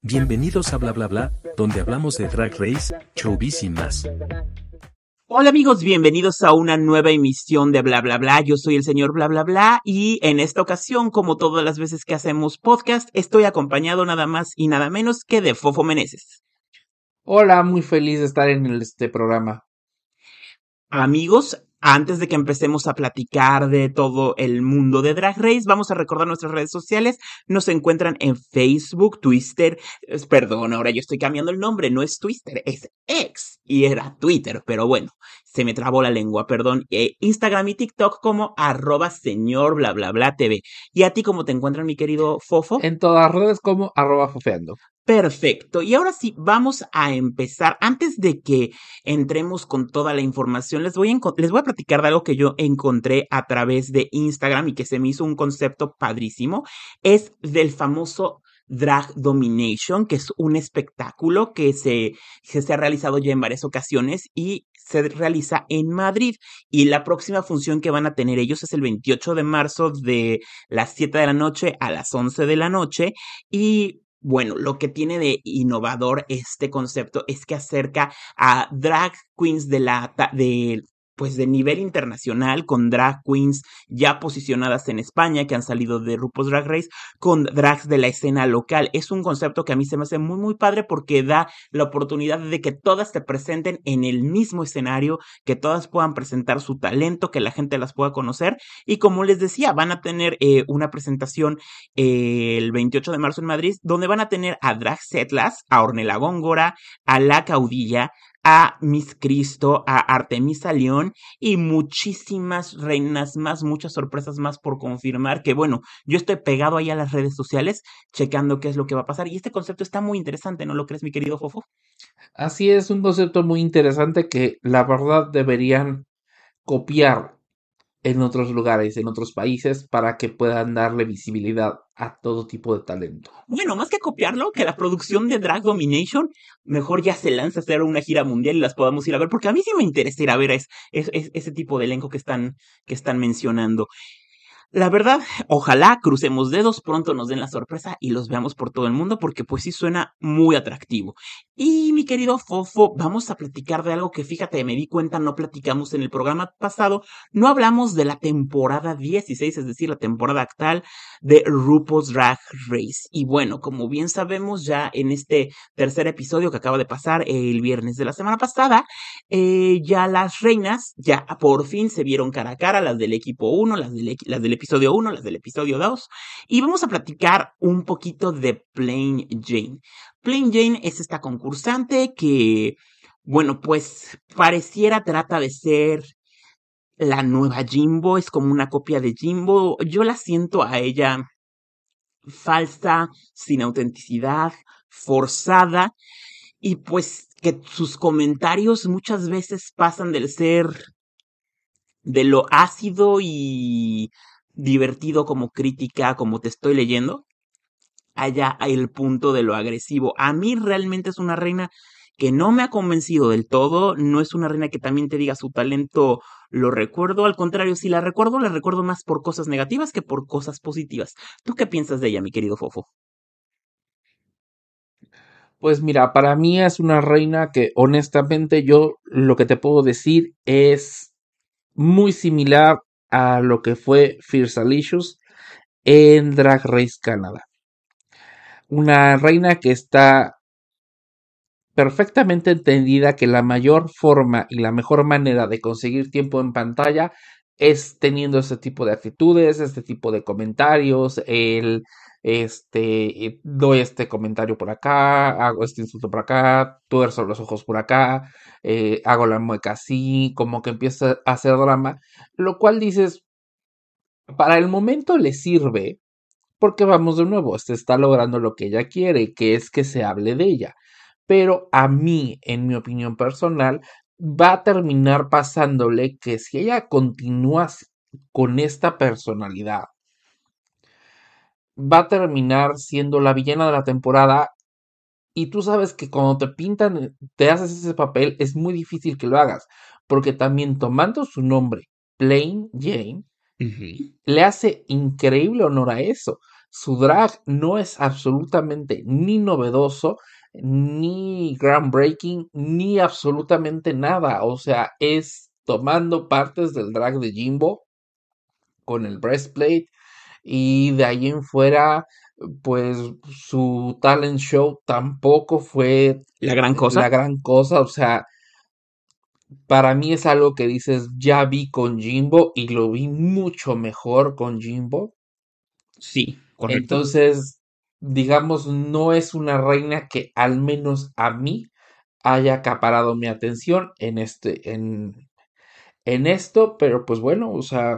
Bienvenidos a Bla Bla Bla, donde hablamos de Drag Race, showbiz y más. Hola amigos, bienvenidos a una nueva emisión de Bla Bla Bla. Yo soy el señor Bla Bla Bla y en esta ocasión, como todas las veces que hacemos podcast, estoy acompañado nada más y nada menos que de Fofo Meneses. Hola, muy feliz de estar en este programa. Amigos, antes de que empecemos a platicar de todo el mundo de Drag Race, vamos a recordar nuestras redes sociales. Nos encuentran en Facebook, Twitter, perdón, ahora yo estoy cambiando el nombre, no es Twitter, es X y era Twitter, pero bueno, se me trabó la lengua, perdón. Instagram y TikTok como @señor bla bla bla TV. ¿Y a ti cómo te encuentran, mi querido Fofo? En todas las redes como @fofeando. Perfecto. Y ahora sí, vamos a empezar. Antes de que entremos con toda la información, les voy a platicar de algo que yo encontré a través de Instagram y que se me hizo un concepto padrísimo. Es del famoso Drag Domination, que es un espectáculo que se ha realizado ya en varias ocasiones y se realiza en Madrid. Y la próxima función que van a tener ellos es el 28 de marzo de las 7 de la noche a las 11 de la noche. Y bueno, lo que tiene de innovador este concepto es que acerca a drag queens pues de nivel internacional, con drag queens ya posicionadas en España, que han salido de RuPaul's Drag Race, con drags de la escena local. Es un concepto que a mí se me hace muy, muy padre porque da la oportunidad de que todas se presenten en el mismo escenario, que todas puedan presentar su talento, que la gente las pueda conocer. Y como les decía, van a tener una presentación el 28 de marzo en Madrid, donde van a tener a Drag Setlas, a Ornella Góngora, a La Caudilla, a Miss Cristo, a Artemisa León y muchísimas reinas más, muchas sorpresas más por confirmar, que bueno, yo estoy pegado ahí a las redes sociales checando qué es lo que va a pasar y este concepto está muy interesante, ¿no lo crees, mi querido Fofo? Así es, un concepto muy interesante que la verdad deberían copiar en otros lugares, en otros países, para que puedan darle visibilidad a todo tipo de talento. Bueno, más que copiarlo, que la producción de Drag Domination mejor ya se lanza a hacer una gira mundial y las podamos ir a ver, porque a mí sí me interesa ir a ver ese tipo de elenco que están mencionando. La verdad, ojalá crucemos dedos, pronto nos den la sorpresa y los veamos por todo el mundo porque pues sí suena muy atractivo. Y mi querido Fofo, vamos a platicar de algo que fíjate, me di cuenta, no platicamos en el programa pasado, no hablamos de la temporada 16, es decir, la temporada actual de RuPaul's Drag Race. Y bueno, como bien sabemos ya en este tercer episodio que acaba de pasar el viernes de la semana pasada, ya las reinas ya por fin se vieron cara a cara, las del equipo 1, las del episodio 1, las del episodio 2, y vamos a platicar un poquito de Plain Jane. Plain Jane es esta concursante que, bueno, pues pareciera trata de ser la nueva Jimbo, es como una copia de Jimbo. Yo la siento a ella falsa, sin autenticidad, forzada, y pues que sus comentarios muchas veces pasan del ser de lo ácido y divertido como crítica, como te estoy leyendo, allá el punto de lo agresivo. A mí realmente es una reina que no me ha convencido del todo, no es una reina que también te diga su talento lo recuerdo, al contrario, si la recuerdo más por cosas negativas que por cosas positivas. ¿Tú qué piensas de ella, mi querido Fofo? Pues mira, para mí es una reina que honestamente yo lo que te puedo decir es muy similar a lo que fue Fiersalicious en Drag Race Canadá. Una reina que está perfectamente entendida que la mayor forma y la mejor manera de conseguir tiempo en pantalla es teniendo este tipo de actitudes, este tipo de comentarios, doy este comentario por acá, hago este insulto por acá, tuerzo los ojos por acá, hago la mueca así, como que empieza a hacer drama, lo cual dices, para el momento le sirve, porque vamos de nuevo, se está logrando lo que ella quiere, que es que se hable de ella. Pero a mí, en mi opinión personal, va a terminar pasándole que si ella continúa con esta personalidad, va a terminar siendo la villana de la temporada. Y tú sabes que cuando te pintan, te haces ese papel, es muy difícil que lo hagas. Porque también tomando su nombre, Plain Jane, Ujú. le hace increíble honor a eso. Su drag no es absolutamente ni novedoso, ni groundbreaking, ni absolutamente nada. O sea, es tomando partes del drag de Jimbo con el breastplate y de ahí en fuera, pues su talent show tampoco fue La gran la cosa. gran cosa. O sea, para mí es algo que dices, ya vi con Jimbo y lo vi mucho mejor con Jimbo. Sí, correcto. Entonces, digamos, no es una reina que al menos a mí haya acaparado mi atención en esto, pero pues bueno, o sea,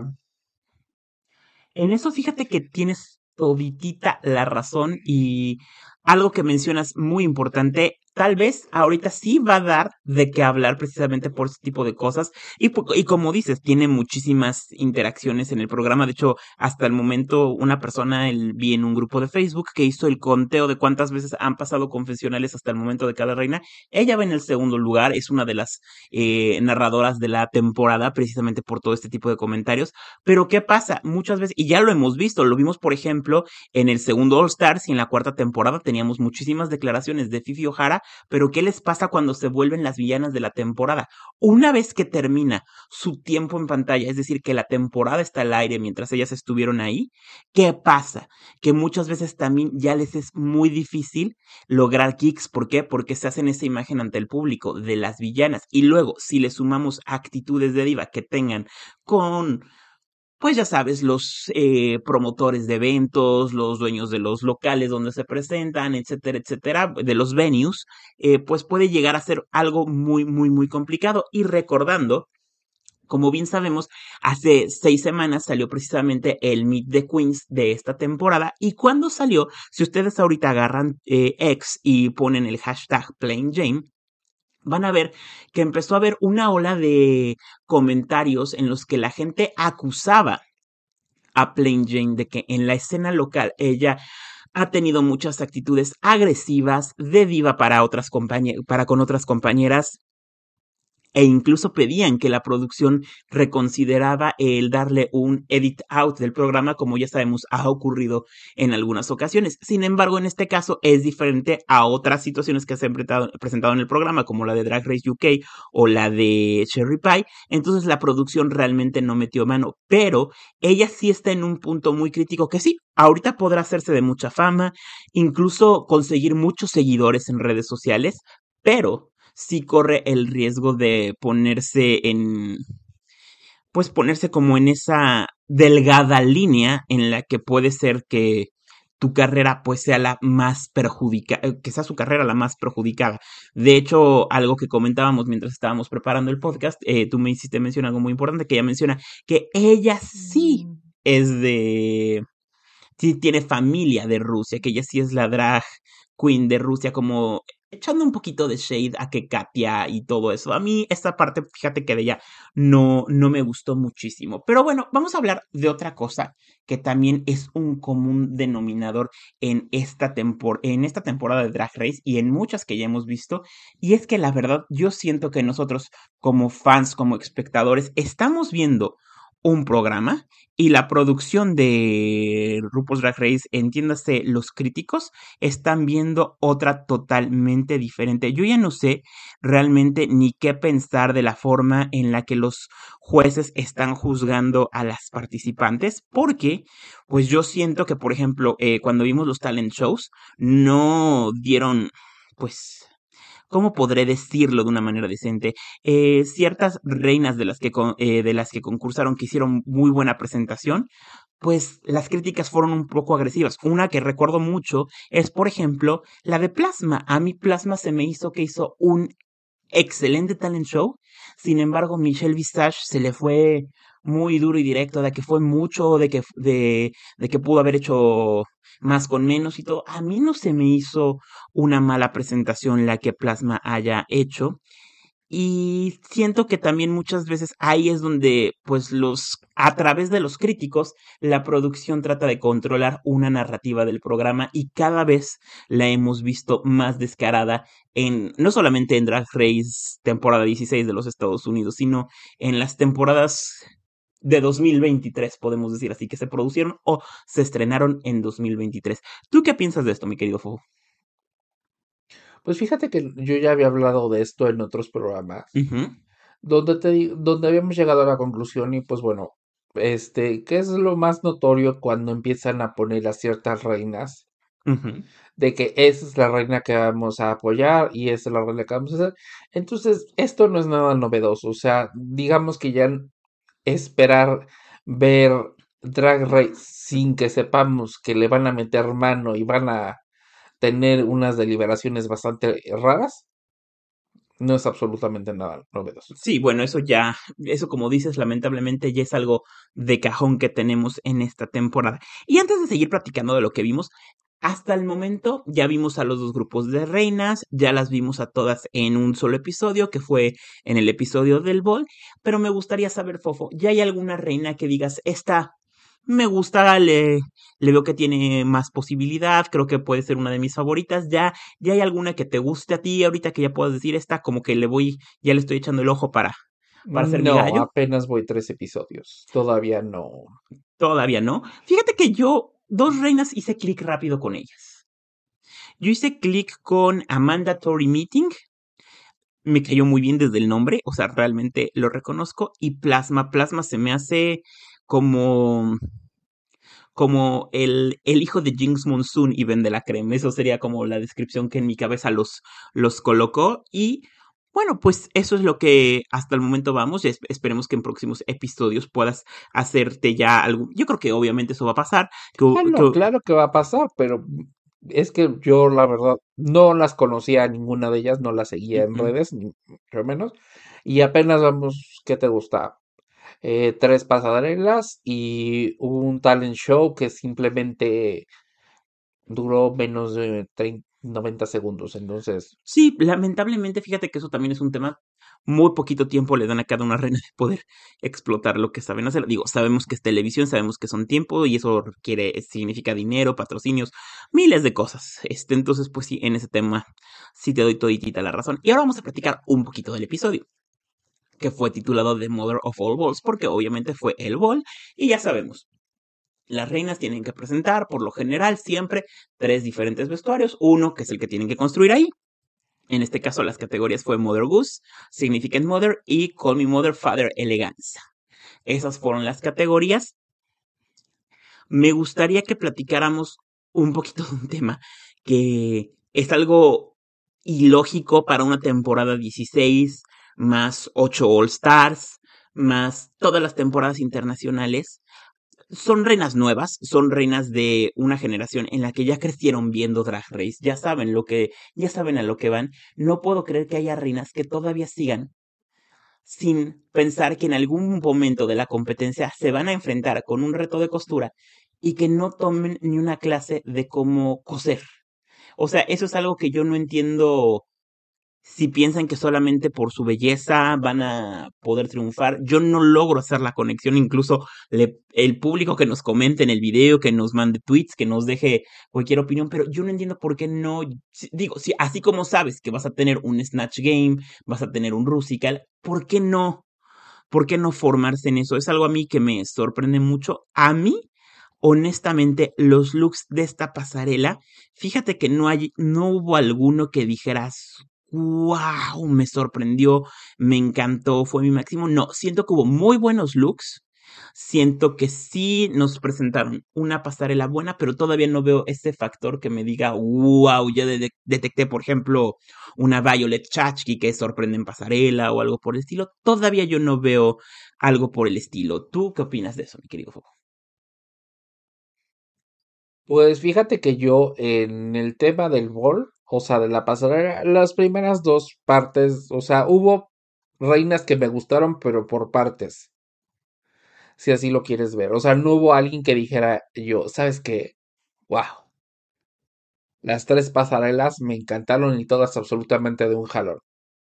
En eso fíjate que tienes toditita la razón y algo que mencionas muy importante, tal vez ahorita sí va a dar de qué hablar precisamente por ese tipo de cosas y como dices, tiene muchísimas interacciones en el programa, de hecho, hasta el momento una persona vi en un grupo de Facebook que hizo el conteo de cuántas veces han pasado confesionales hasta el momento de cada reina, ella va en el segundo lugar, es una de las narradoras de la temporada precisamente por todo este tipo de comentarios. Pero ¿qué pasa? Muchas veces, y ya lo hemos visto, lo vimos por ejemplo en el segundo All Stars y en la cuarta temporada teníamos muchísimas declaraciones de Fifi O'Hara, pero ¿qué les pasa cuando se vuelven las villanas de la temporada? Una vez que termina su tiempo en pantalla, es decir, que la temporada está al aire mientras ellas estuvieron ahí, ¿qué pasa? Que muchas veces también ya les es muy difícil lograr kicks, ¿por qué? Porque se hacen esa imagen ante el público de las villanas y luego si le sumamos actitudes de diva que tengan con pues ya sabes, los promotores de eventos, los dueños de los locales donde se presentan, etcétera, etcétera, de los venues, pues puede llegar a ser algo muy, muy, muy complicado. Y recordando, como bien sabemos, hace 6 semanas salió precisamente el Meet the Queens de esta temporada. Y cuando salió, si ustedes ahorita agarran X y ponen el hashtag Plain Jane, van a ver que empezó a haber una ola de comentarios en los que la gente acusaba a Plain Jane de que en la escena local ella ha tenido muchas actitudes agresivas de diva para para con otras compañeras e incluso pedían que la producción reconsideraba el darle un edit out del programa, como ya sabemos ha ocurrido en algunas ocasiones. Sin embargo, en este caso es diferente a otras situaciones que se han presentado en el programa, como la de Drag Race UK o la de Cherry Pie. Entonces la producción realmente no metió mano, pero ella sí está en un punto muy crítico que sí, ahorita podrá hacerse de mucha fama, incluso conseguir muchos seguidores en redes sociales, pero sí corre el riesgo de pues ponerse como en esa delgada línea en la que puede ser que tu carrera pues sea la más perjudicada, que sea su carrera la más perjudicada. De hecho, algo que comentábamos mientras estábamos preparando el podcast, tú me hiciste mencionar algo muy importante, que ella menciona que ella sí es sí tiene familia de Rusia, que ella sí es la drag queen de Rusia, como echando un poquito de shade a que Katia y todo eso. A mí esta parte, fíjate que de ella no me gustó muchísimo. Pero bueno, vamos a hablar de otra cosa que también es un común denominador en en esta temporada de Drag Race y en muchas que ya hemos visto. Y es que la verdad, yo siento que nosotros como fans, como espectadores, estamos viendo un programa y la producción de RuPaul's Drag Race, entiéndase, los críticos, están viendo otra totalmente diferente. Yo ya no sé realmente ni qué pensar de la forma en la que los jueces están juzgando a las participantes, porque pues yo siento que, por ejemplo, cuando vimos los talent shows, no dieron, pues ¿cómo podré decirlo de una manera decente? Ciertas reinas de las que concursaron que hicieron muy buena presentación, pues las críticas fueron un poco agresivas. Una que recuerdo mucho es, por ejemplo, la de Plasma. A mí Plasma se me hizo que hizo un excelente talent show. Sin embargo, Michelle Visage se le fue muy duro y directo, de que fue mucho, de que pudo haber hecho más con menos y todo. A mí no se me hizo una mala presentación la que Plasma haya hecho. Y siento que también muchas veces ahí es donde, pues a través de los críticos, la producción trata de controlar una narrativa del programa y cada vez la hemos visto más descarada no solamente en Drag Race temporada 16 de los Estados Unidos, sino en las temporadas de 2023, podemos decir así, que se producieron o se estrenaron en 2023. ¿Tú qué piensas de esto, mi querido Fofo? Pues fíjate que yo ya había hablado de esto en otros programas, Ujú, donde habíamos llegado a la conclusión y pues bueno, ¿qué es lo más notorio cuando empiezan a poner a ciertas reinas? ujú. De que esa es la reina que vamos a apoyar y esa es la reina que vamos a hacer. Entonces, esto no es nada novedoso. O sea, digamos que ya esperar ver Drag Race sin que sepamos que le van a meter mano y van a tener unas deliberaciones bastante raras, no es absolutamente nada novedoso. Sí, bueno, eso como dices, lamentablemente ya es algo de cajón que tenemos en esta temporada. Y antes de seguir platicando de lo que vimos, hasta el momento ya vimos a los dos grupos de reinas, ya las vimos a todas en un solo episodio, que fue en el episodio del Ball, pero me gustaría saber, Fofo, ¿ya hay alguna reina que digas, esta me gusta, le veo que tiene más posibilidad, creo que puede ser una de mis favoritas, ya hay alguna que te guste a ti, ahorita que ya puedas decir esta, como que ya le estoy echando el ojo para ser mi No, gallo? apenas voy 3 episodios. Todavía no. Todavía no. Fíjate que yo, dos reinas, hice clic rápido con ellas. Yo hice clic con Amanda Tory Meeting. Me cayó muy bien desde el nombre. O sea, realmente lo reconozco. Y Plasma. Plasma se me hace como. Como el hijo de Jinx Monsoon y Ben de la Creme. Eso sería como la descripción que en mi cabeza los colocó. Y bueno, pues eso es lo que hasta el momento vamos. Y esperemos que en próximos episodios puedas hacerte ya algo. Yo creo que obviamente eso va a pasar. Ah, no, claro que va a pasar, pero es que yo la verdad no las conocía a ninguna de ellas, no las seguía en Ujú. redes, ni mucho menos, y apenas vamos, ¿qué te gusta? 3 pasarelas y un talent show que simplemente duró menos de 90 segundos, entonces, Sí, lamentablemente, fíjate que eso también es un tema. Muy poquito tiempo le dan a cada una reina de poder explotar lo que saben hacer. Digo, sabemos que es televisión, sabemos que son tiempo y eso significa dinero, patrocinios, miles de cosas. Entonces, pues sí, en ese tema sí te doy toditita la razón. Y ahora vamos a platicar un poquito del episodio, que fue titulado The Mother of All Balls, porque obviamente fue el ball y ya sabemos. Las reinas tienen que presentar, por lo general, siempre tres diferentes vestuarios. Uno, que es el que tienen que construir ahí. En este caso, las categorías fue Mother Goose, Significant Mother y Call Me Mother Father Eleganza. Esas fueron las categorías. Me gustaría que platicáramos un poquito de un tema que es algo ilógico para una temporada 16, más 8 All Stars, más todas las temporadas internacionales. Son reinas nuevas, son reinas de una generación en la que ya crecieron viendo Drag Race, ya saben a lo que van. No puedo creer que haya reinas que todavía sigan sin pensar que en algún momento de la competencia se van a enfrentar con un reto de costura y que no tomen ni una clase de cómo coser. O sea, eso es algo que yo no entiendo si piensan que solamente por su belleza van a poder triunfar. Yo no logro hacer la conexión, incluso el público que nos comente en el video, que nos mande tweets, que nos deje cualquier opinión, pero yo no entiendo por qué no, digo, si así como sabes que vas a tener un Snatch Game, vas a tener un Rusical, ¿por qué no? ¿Por qué no formarse en eso? Es algo a mí que me sorprende mucho. A mí, honestamente, los looks de esta pasarela, fíjate que no hubo alguno que dijeras, wow, me sorprendió, me encantó, fue mi máximo. No, siento que hubo muy buenos looks. Siento que sí nos presentaron una pasarela buena, pero todavía no veo ese factor que me diga, wow, ya detecté, por ejemplo, una Violet Chachki que sorprende en pasarela o algo por el estilo. Todavía yo no veo algo por el estilo. ¿Tú qué opinas de eso, mi querido Foco? pues fíjate que yo en el tema del ball, o sea, de la pasarela, las primeras 2 partes, o sea, hubo reinas que me gustaron, pero por partes, si así lo quieres ver. O sea, no hubo alguien que dijera yo, ¿sabes qué? Wow, las 3 pasarelas me encantaron y todas absolutamente de un jalón.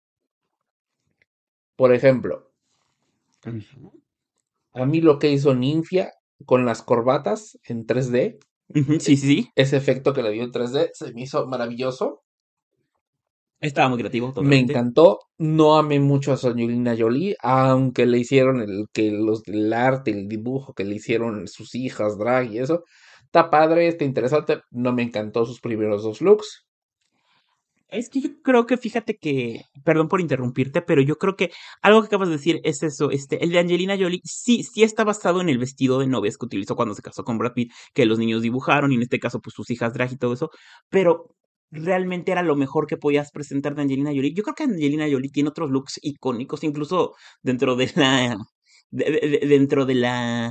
Por ejemplo, Ujú. a mí lo que hizo Ninfia con las corbatas en 3D, Ujú, sí, sí, sí. ese efecto que le dio en 3D, se me hizo maravilloso. Estaba muy creativo, Me totalmente. encantó. No amé mucho a su Angelina Jolie, aunque le hicieron el arte, el dibujo que le hicieron sus hijas, drag y eso. Está padre, está interesante. No me encantó sus primeros dos looks. Es que yo creo que, fíjate que, perdón por interrumpirte, pero yo creo que algo que acabas de decir es eso, el de Angelina Jolie sí está basado en el vestido de novias que utilizó cuando se casó con Brad Pitt, que los niños dibujaron, y en este caso, pues sus hijas drag y todo eso, pero realmente era lo mejor que podías presentar de Angelina Jolie. Yo creo que Angelina Jolie tiene otros looks icónicos, incluso dentro de la, dentro de la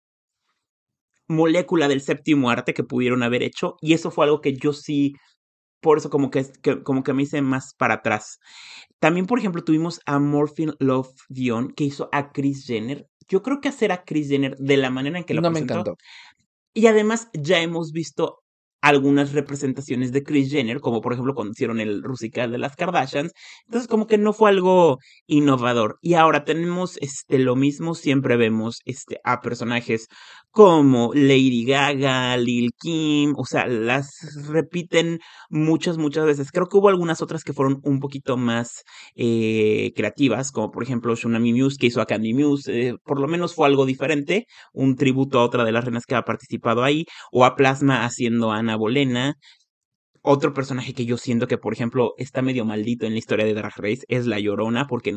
molécula del séptimo arte que pudieron haber hecho, y eso fue algo que yo sí por eso como que me hice más para atrás. También, por ejemplo, tuvimos a Morphine Love Dion, que hizo a Kris Jenner. Yo creo que hacer a Kris Jenner de la manera en que la No me presentó, encantó. y además ya hemos visto algunas representaciones de Kris Jenner, como por ejemplo cuando hicieron el Rusical de las Kardashians. Entonces como que no fue algo innovador. Y ahora tenemos lo mismo, siempre vemos a personajes como Lady Gaga, Lil Kim, o sea, las repiten muchas veces. Creo que hubo algunas otras que fueron un poquito más creativas, como por ejemplo Shunami Muse, que hizo a Candy Muse. Por lo menos fue algo diferente, un tributo a otra de las reinas que ha participado ahí, o a Plasma haciendo a Ana Bolena. Otro personaje que yo siento que, por ejemplo, está medio maldito en la historia de Drag Race es La Llorona, porque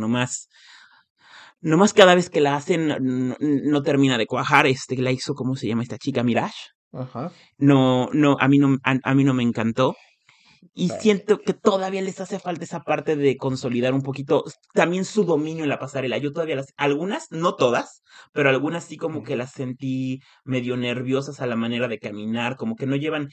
nomás cada vez que la hacen no termina de cuajar. La hizo, ¿cómo se llama esta chica? Mirage. Ajá. No, a mí no me encantó. Y Eh, siento que todavía les hace falta esa parte de consolidar un poquito también su dominio en la pasarela. Yo todavía algunas, no todas, pero algunas sí como que las sentí medio nerviosas a la manera de caminar, como que no llevan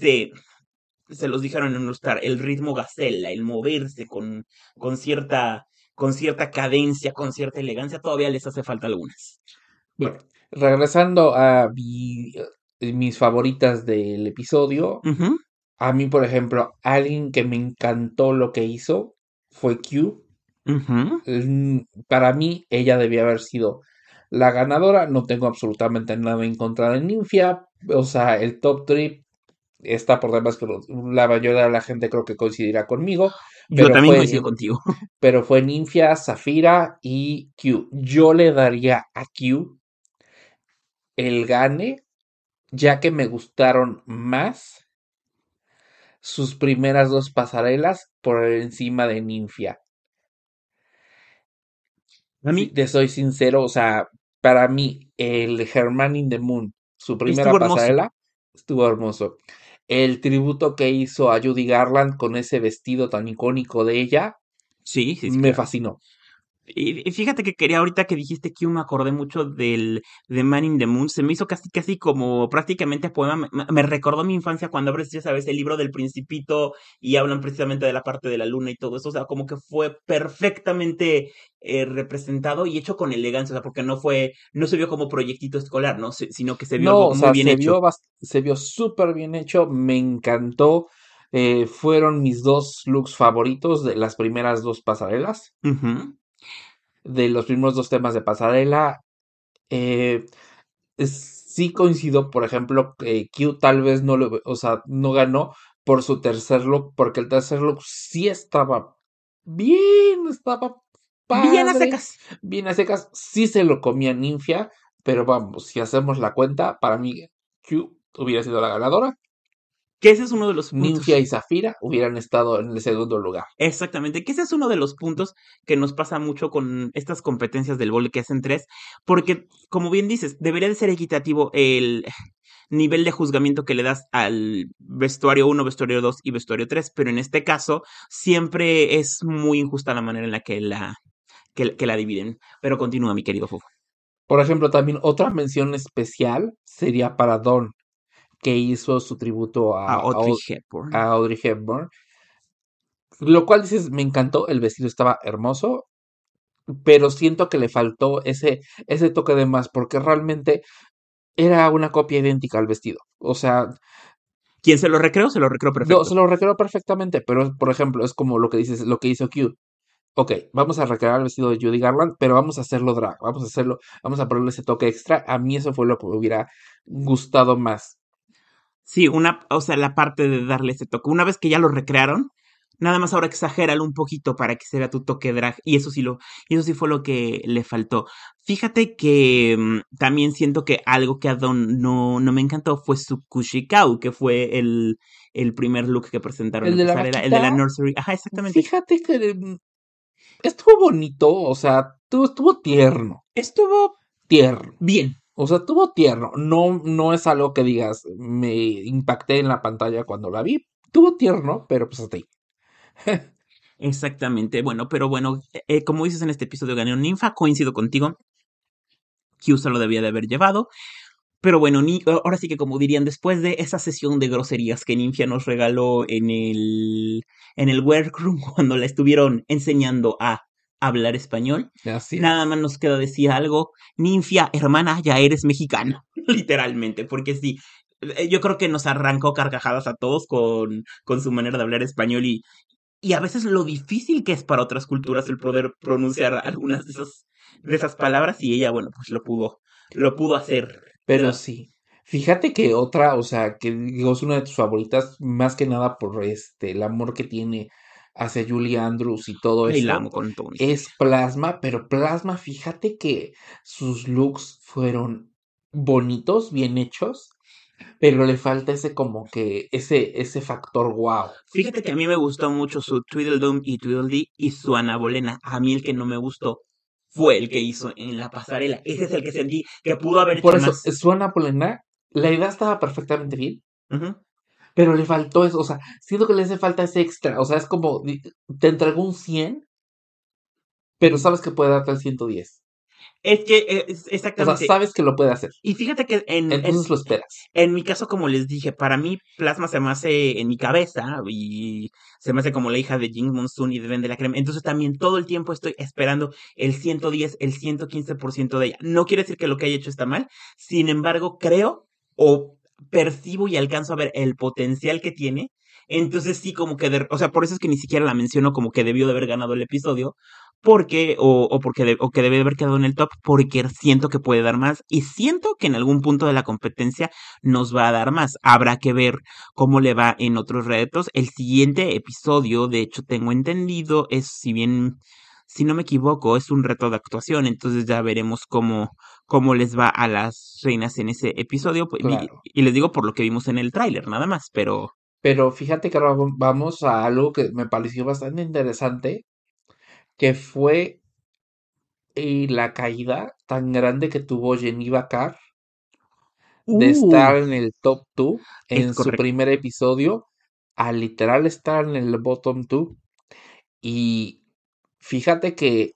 se los dijeron en un star, el ritmo gacela, el moverse con cierta, con cierta cadencia, con cierta elegancia, todavía les hace falta algunas. Bueno, regresando a mis favoritas del episodio, Ujú, a mí, por ejemplo, alguien que me encantó lo que hizo fue Q. ujú. Para mí, ella debía haber sido la ganadora. No tengo absolutamente nada en contra de Ninfia. O sea, el top 3 está por demás que la mayoría de la gente creo que coincidirá conmigo. Yo Pero también fue, coincido contigo. pero fue Ninfia, Zafira y Q. Yo le daría a Q el gane, ya que me gustaron más sus primeras dos pasarelas por encima de Ninfia. A Si mí te soy sincero, o sea, para mí el Herman in the Moon, su estuvo primera hermoso. pasarela, estuvo hermoso. El tributo que hizo a Judy Garland con ese vestido tan icónico de ella, Sí, me claro. fascinó. Y fíjate que quería, ahorita que dijiste Q, me acordé mucho de Man in the Moon. Se me hizo casi como prácticamente poema. Me recordó mi infancia cuando abres, ya sabes, el libro del Principito y hablan precisamente de la parte de la luna y todo eso. O sea, como que fue perfectamente representado y hecho con elegancia. O sea, porque no se vio como proyectito escolar, ¿no? Sino que se vio No, algo o muy sea, bien hecho. se vio súper bien hecho, me encantó. Fueron mis dos looks favoritos de las primeras dos pasarelas, Ujú. de los primeros dos temas de pasarela. Eh, sí coincido, por ejemplo, que Q tal vez o sea, no ganó por su tercer look, porque el tercer look sí estaba bien, estaba Bien a padre, secas. bien a secas, sí se lo comía Ninfia, pero vamos, si hacemos la cuenta, para mí Q hubiera sido la ganadora, Que ese es uno de los Ninfia puntos. y Zafira hubieran estado en el segundo lugar. Exactamente, que ese es uno de los puntos que nos pasa mucho con estas competencias del vóley que hacen tres, porque como bien dices, debería de ser equitativo el nivel de juzgamiento que le das al vestuario uno, vestuario 2 y vestuario 3, pero en este caso siempre es muy injusta la manera en la que la dividen. Pero continúa, mi querido Fofo. Por ejemplo, también otra mención especial sería para Dawn, que hizo su tributo A Audrey Hepburn. a Audrey Hepburn. Lo cual dices, me encantó, el vestido estaba hermoso, pero siento que le faltó ese toque de más, porque realmente era una copia idéntica al vestido. O sea, ¿Quién se lo recreó? Se lo recreó no, se perfecto. lo recreó perfectamente, pero por ejemplo, es como lo que dices, lo que hizo Q. Ok, vamos a recrear el vestido de Judy Garland, pero vamos a hacerlo drag, vamos a ponerle ese toque extra. A mí eso fue lo que me hubiera gustado más. Sí, o sea, la parte de darle ese toque. Una vez que ya lo recrearon, Nada más ahora exagéralo un poquito para que se vea tu toque drag. Y eso sí fue lo que le faltó. Fíjate que también siento que algo que a Dawn no me encantó fue su Kushikau, que fue el primer look que presentaron El en de la pasarela, el de la vaquita, nursery. Ajá, exactamente. fíjate que estuvo bonito, o sea, estuvo tierno, Estuvo tierno. bien. O sea, estuvo tierno. No, no es algo que digas, me impacté en la pantalla cuando la vi. Estuvo tierno, pero pues hasta ahí. Exactamente. Bueno, pero bueno, como dices en este episodio ganó Ninfa, coincido contigo. Kyusa lo debía de haber llevado. Pero bueno, ahora sí que como dirían, después de esa sesión de groserías que Ninfia nos regaló en el workroom cuando la estuvieron enseñando a hablar español, Así nada es. más nos queda decir algo. Ninfia, hermana, ya eres mexicana, literalmente, porque sí, yo creo que nos arrancó carcajadas a todos con su manera de hablar español y a veces lo difícil que es para otras culturas el poder pronunciar algunas de esas palabras y ella, bueno, pues lo pudo hacer. Pero sí. Fíjate que otra, o sea, que digo, es una de tus favoritas, más que nada por el amor que tiene hacia Julie Andrews y todo Ay, la eso, amo con todo mi ser. es Plasma, pero Plasma, fíjate que sus looks fueron bonitos, bien hechos, pero le falta ese como que, ese factor wow. Fíjate que a mí me gustó mucho su Tweedledum y Tweedledee y su Ana Bolena. A mí el que no me gustó fue el que hizo en la pasarela. Ese es el que sentí que pudo haber Por hecho eso, más. suena Polena, la idea estaba perfectamente bien, Ujú. pero le faltó eso, o sea, siento que le hace falta ese extra, o sea, es como, te entregó un 100 pero sabes que puede darte el 110. Es que, O sea, exactamente. sabes que lo puede hacer. Y fíjate que Entonces lo esperas. en mi caso, como les dije, para mí Plasma se me hace en mi cabeza y se me hace como la hija de Jinx Monsoon y de Ben de la Creme. Entonces también todo el tiempo estoy esperando el 110, el 115% de ella. No quiere decir que lo que haya hecho está mal. Sin embargo, creo o percibo y alcanzo a ver el potencial que tiene. Entonces sí, como que, o sea, por eso es que ni siquiera la menciono como que debió de haber ganado el episodio, porque, o porque, o que debe de haber quedado en el top, porque siento que puede dar más y siento que en algún punto de la competencia nos va a dar más. Habrá que ver cómo le va en otros retos. El siguiente episodio, de hecho, tengo entendido, es, si bien, si no me equivoco, es un reto de actuación, entonces ya veremos cómo les va a las reinas en ese episodio. Claro. Y les digo por lo que vimos en el tráiler, nada más, pero Pero fíjate que ahora vamos a algo que me pareció bastante interesante, que fue la caída tan grande que tuvo Geneva Carr de uh, estar en el top 2 es en su correcto. primer episodio a literal estar en el bottom 2. Y fíjate que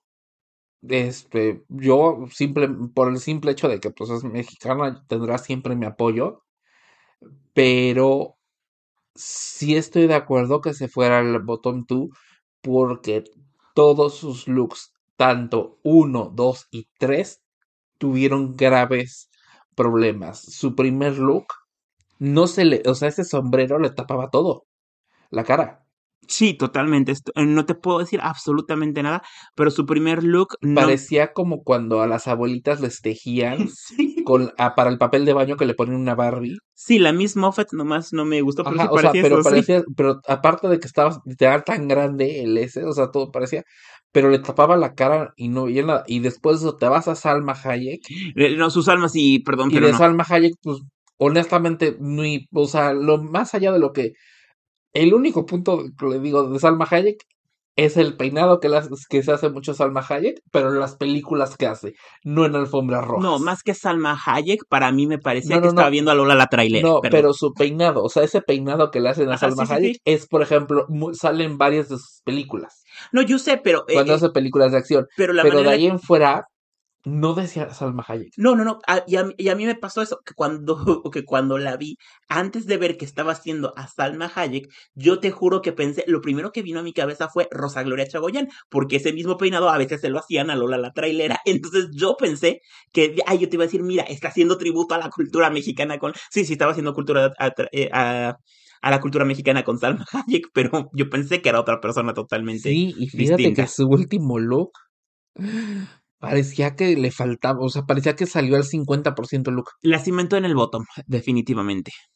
yo por el simple hecho de que pues es mexicana, tendrá siempre mi apoyo, pero sí estoy de acuerdo que se fuera al bottom 2 porque todos sus looks, tanto uno 2 y 3 tuvieron graves problemas. Su primer look no se le, o sea, ese sombrero le tapaba todo, la cara. Sí, totalmente. No te puedo decir absolutamente nada, pero su primer look no. Parecía como cuando a las abuelitas les tejían Sí, para el papel de baño que le ponen una Barbie. sí, la Miss Moffat nomás no me gustó, pero sí Ajá, o sea, parecía pero eso, sí. parecía, pero aparte de que estaba literal tan grande el S, o sea, todo parecía, pero le tapaba la cara y no veía nada. Y después de eso te vas a Salma Hayek, No, sus almas sí, perdón, y pero de no. Salma Hayek, pues, honestamente, o sea, lo más allá de lo que, el único punto que le digo de Salma Hayek es el peinado que se hace mucho Salma Hayek, pero en las películas que hace, no en alfombras No, rojas. más que Salma Hayek, para mí me parecía No, que no, estaba no. viendo a Lola la trailera, No, perdón. pero su peinado, o sea, ese peinado que le hacen a Ajá, Salma sí, sí, Hayek sí. es, por ejemplo, sale en varias de sus películas, No, yo sé, cuando hace películas de acción, pero la pero manera de en la ahí en fuera no decía Salma Hayek. No, no, no. Y a mí me pasó eso, que cuando, que cuando la vi, antes de ver que estaba haciendo a Salma Hayek, yo te juro que pensé, lo primero que vino a mi cabeza fue Rosa Gloria Chagoyán, porque ese mismo peinado a veces se lo hacían a Lola la trailera. Entonces yo pensé que, ay, yo te iba a decir, mira, está haciendo tributo a la cultura mexicana con. Sí, sí, estaba haciendo cultura a la cultura mexicana con Salma Hayek, pero yo pensé que era otra persona totalmente Sí, y fíjate que distinta. su último look parecía que le faltaba, o sea, parecía que salió al 50% look. La cimentó en el bottom, definitivamente.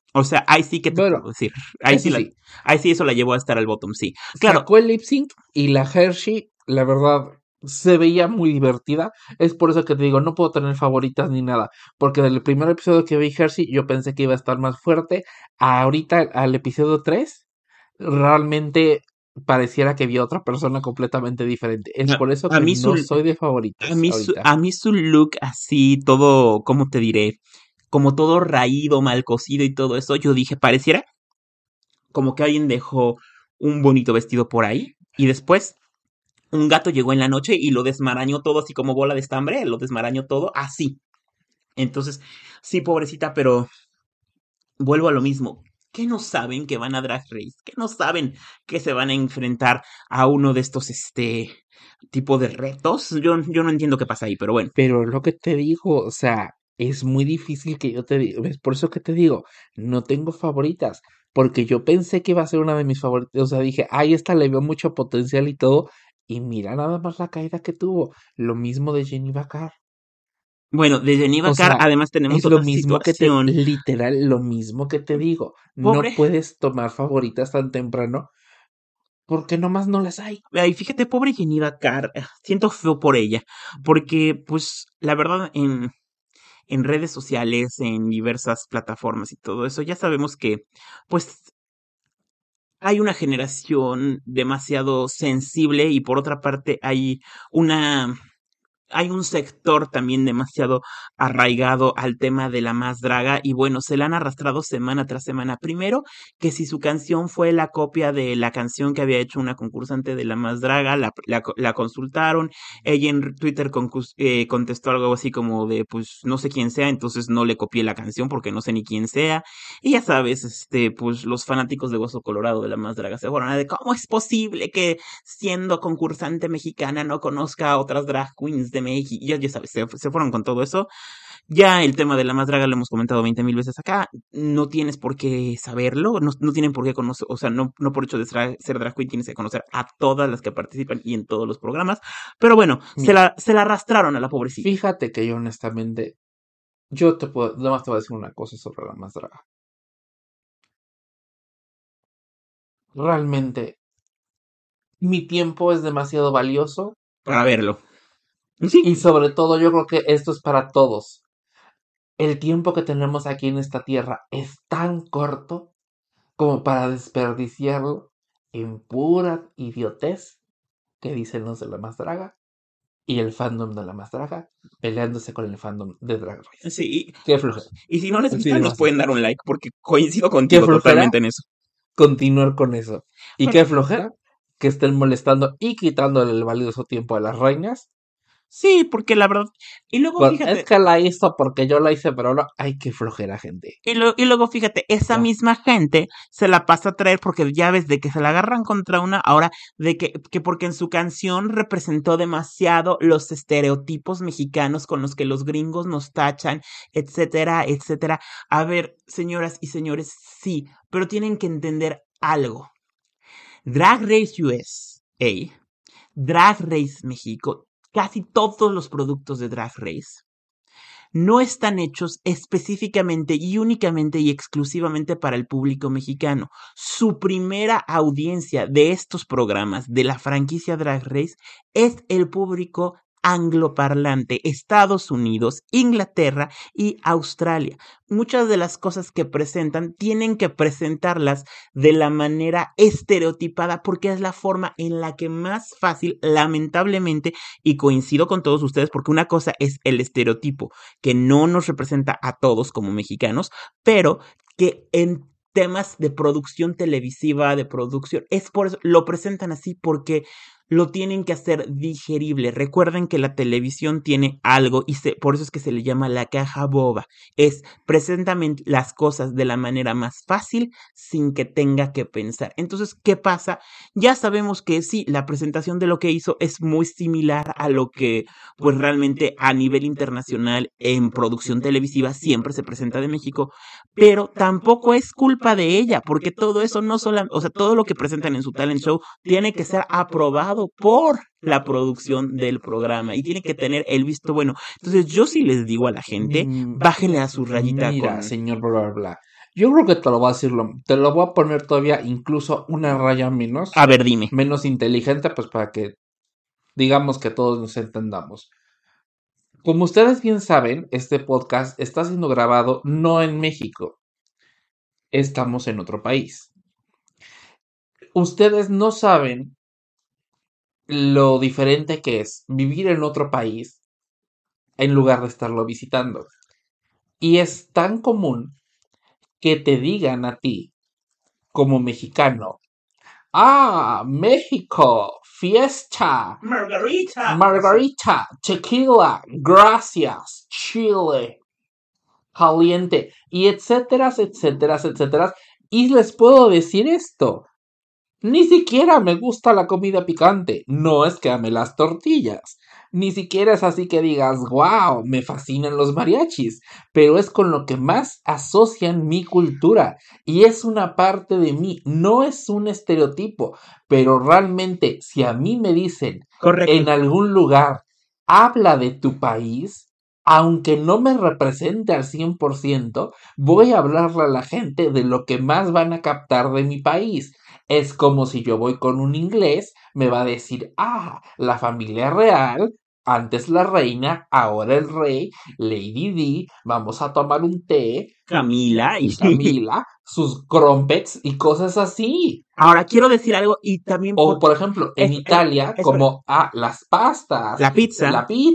O sea, ahí sí que te Bueno, puedo decir. eso sí, Ahí sí eso la llevó a estar al bottom, sí. Claro, sacó el lip sync y la Hershey, la verdad, se veía muy divertida. Es por eso que te digo, no puedo tener favoritas ni nada. Porque del primer episodio que vi Hershey, yo pensé que iba a estar más fuerte. Ahorita, al episodio 3 realmente pareciera que vi a otra persona completamente diferente. Es a, por eso a que mí no su, soy de favoritas ahorita. a mí su look así, todo, ¿cómo te diré? Como todo raído, mal cocido y todo eso, yo dije, pareciera como que alguien dejó un bonito vestido por ahí y después un gato llegó en la noche y lo desmarañó todo así como bola de estambre, lo desmarañó todo así. Entonces, sí, pobrecita, pero vuelvo a lo mismo. ¿Qué no saben que van a Drag Race? ¿Qué no saben que se van a enfrentar a uno de estos, tipo de retos? Yo no entiendo qué pasa ahí, pero bueno. Pero lo que te digo, o sea, es muy difícil que yo te diga, es por eso que te digo, no tengo favoritas, porque yo pensé que iba a ser una de mis favoritas, o sea, dije, ay, esta le veo mucho potencial y todo, y mira nada más la caída que tuvo, lo mismo de Jenny Bacar, Bueno, de Geneva o Carr, sea, además tenemos es lo otra mismo que te, situación. literal, lo mismo que te digo, no Pobre. puedes tomar favoritas tan temprano, porque nomás no las hay. Ay, fíjate, pobre Geneva Carr. Siento feo por ella. Porque, pues, la verdad, en redes sociales, en diversas plataformas y todo eso, ya sabemos que, pues, hay una generación demasiado sensible y por otra parte una hay un sector también demasiado arraigado al tema de la más draga y bueno, se la han arrastrado semana tras semana. Primero, que si su canción fue la copia de la canción que había hecho una concursante de la más draga, la consultaron, ella en Twitter contestó algo así como de, pues no sé quién sea, entonces no le copié la canción porque no sé ni quién sea. Y ya sabes, pues los fanáticos de Hueso Colorado de la más draga se fueron a de cómo es posible que siendo concursante mexicana no conozca a otras drag queens de México. Ya sabes, se fueron con todo eso. Ya el tema de la más draga lo hemos comentado 20,000 veces acá. No tienes por qué saberlo, no tienen por qué conocer, o sea, no por hecho de ser drag queen tienes que conocer a todas las que participan y en todos los programas. Pero bueno, Mira, se la arrastraron a la pobrecilla. fíjate que yo honestamente, yo te puedo, nada más te voy a decir una cosa sobre la más draga. Realmente mi tiempo es demasiado valioso Para verlo. y Sí, sobre todo yo creo que esto es para todos. El tiempo que tenemos aquí en esta tierra es tan corto como para desperdiciarlo en pura idiotez que dicen los de la más draga y el fandom de la más draga peleándose con el fandom de Drag Race. sí. Qué flojera. Y si no les Así gusta, de nos fácil. pueden dar un like porque coincido Qué contigo flojera totalmente en eso. continuar con eso. Y Pero qué flojera que estén molestando y quitándole el valioso tiempo a las reinas. sí, porque la verdad. Y luego Es fíjate, que la hizo porque yo la hice, pero no. Ay, qué flojera, gente. y luego fíjate, esa Ya. misma gente se la pasa a traer porque ya ves de que se la agarran contra una, ahora de que porque en su canción representó demasiado los estereotipos mexicanos con los que los gringos nos tachan, etcétera, etcétera. A ver, señoras y señores, sí, pero tienen que entender algo. Drag Race USA, Drag Race México, casi todos los productos de Drag Race no están hechos específicamente y únicamente y exclusivamente para el público mexicano. Su primera audiencia de estos programas de la franquicia Drag Race es el público angloparlante, Estados Unidos, Inglaterra y Australia. Muchas de las cosas que presentan tienen que presentarlas de la manera estereotipada porque es la forma en la que más fácil, lamentablemente, y coincido con todos ustedes porque una cosa es el estereotipo que no nos representa a todos como mexicanos, pero que en temas de producción televisiva, de producción, es por eso, lo presentan así porque lo tienen que hacer digerible. Recuerden que la televisión tiene algo y por eso es que se le llama la caja boba. Es presentan las cosas de la manera más fácil sin que tenga que pensar. Entonces, ¿qué pasa? Ya sabemos que sí, la presentación de lo que hizo es muy similar a lo que pues realmente a nivel internacional en producción televisiva siempre se presenta de México, pero tampoco es culpa de ella, porque todo eso no solo, o sea, todo lo que presentan en su talent show tiene que ser aprobado por la producción del programa y tiene que tener el visto bueno. Entonces, yo sí les digo a la gente, Mm, bájenle a su rayita Mira, con señor bla bla bla. Yo creo que te lo voy a decir, te lo voy a poner todavía incluso una raya menos, A ver, dime. menos inteligente, pues para que digamos que todos nos entendamos. Como ustedes bien saben, este podcast está siendo grabado no en México, estamos en otro país. Ustedes no saben lo diferente que es vivir en otro país en lugar de estarlo visitando. Y es tan común que te digan a ti, como mexicano, ah, México, fiesta, margarita, tequila, gracias, chile, caliente, y etcétera, etcétera, etcétera. Y les puedo decir esto. Ni siquiera me gusta la comida picante. No es que ame las tortillas. Ni siquiera es así que digas, wow, me fascinan los mariachis. Pero es con lo que más asocian mi cultura. Y es una parte de mí. No es un estereotipo. Pero realmente, si a mí me dicen Correcto. en algún lugar, habla de tu país, aunque no me represente al 100%, voy a hablarle a la gente de lo que más van a captar de mi país. Es como si yo voy con un inglés, me va a decir, ah, la familia real, antes la reina, ahora el rey, Lady D, vamos a tomar un té, Camila y Camila, sus crumpets y cosas así. Ahora quiero decir algo y también O por ejemplo, en Italia, como las pastas, la pizza,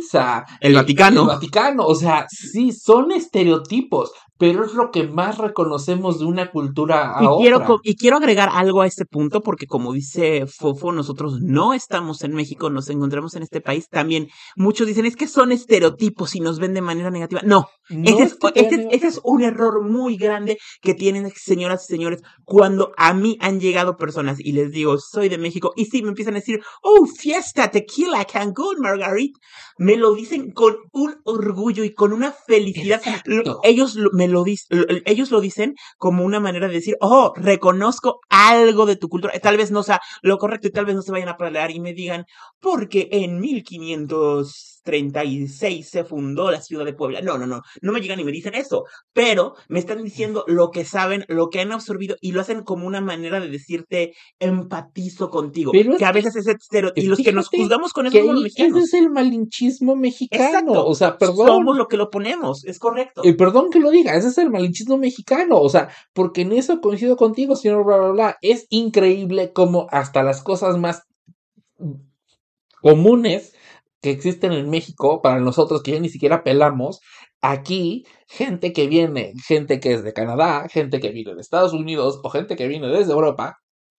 el Vaticano. O sea, sí, son estereotipos, pero es lo que más reconocemos de una cultura a otra. Y quiero agregar algo a este punto, porque como dice Fofo, nosotros no estamos en México, nos encontramos en este país. También muchos dicen, es que son estereotipos y nos ven de manera negativa. No, ese es un error muy grande que tienen señoras y señores cuando a mí han llegado personas y les digo, soy de México, y sí, me empiezan a decir, oh, fiesta, tequila, Cancún, Margarita. Me lo dicen con un orgullo y con una felicidad. Ellos lo dicen como una manera de decir, oh, reconozco algo de tu cultura. Tal vez no sea lo correcto y tal vez no se vayan a pelear y me digan, porque en 1536 se fundó la ciudad de Puebla. No me llegan y me dicen eso, pero me están diciendo lo que saben, lo que han absorbido y lo hacen como una manera de decirte, empatizo contigo. Pero que a veces es estereotipo. Y los que nos juzgamos con eso somos los mexicanos. Ese es el malinchismo mexicano. Exacto. O sea, perdón. Somos lo que lo ponemos, es correcto. Perdón que lo diga, ese es el malinchismo mexicano. O sea, porque en eso coincido contigo, señor bla, bla, bla. Es increíble como hasta las cosas más comunes que existen en México, para nosotros que ya ni siquiera pelamos, aquí, gente que es de Canadá, gente que viene de Estados Unidos o gente que viene desde Europa,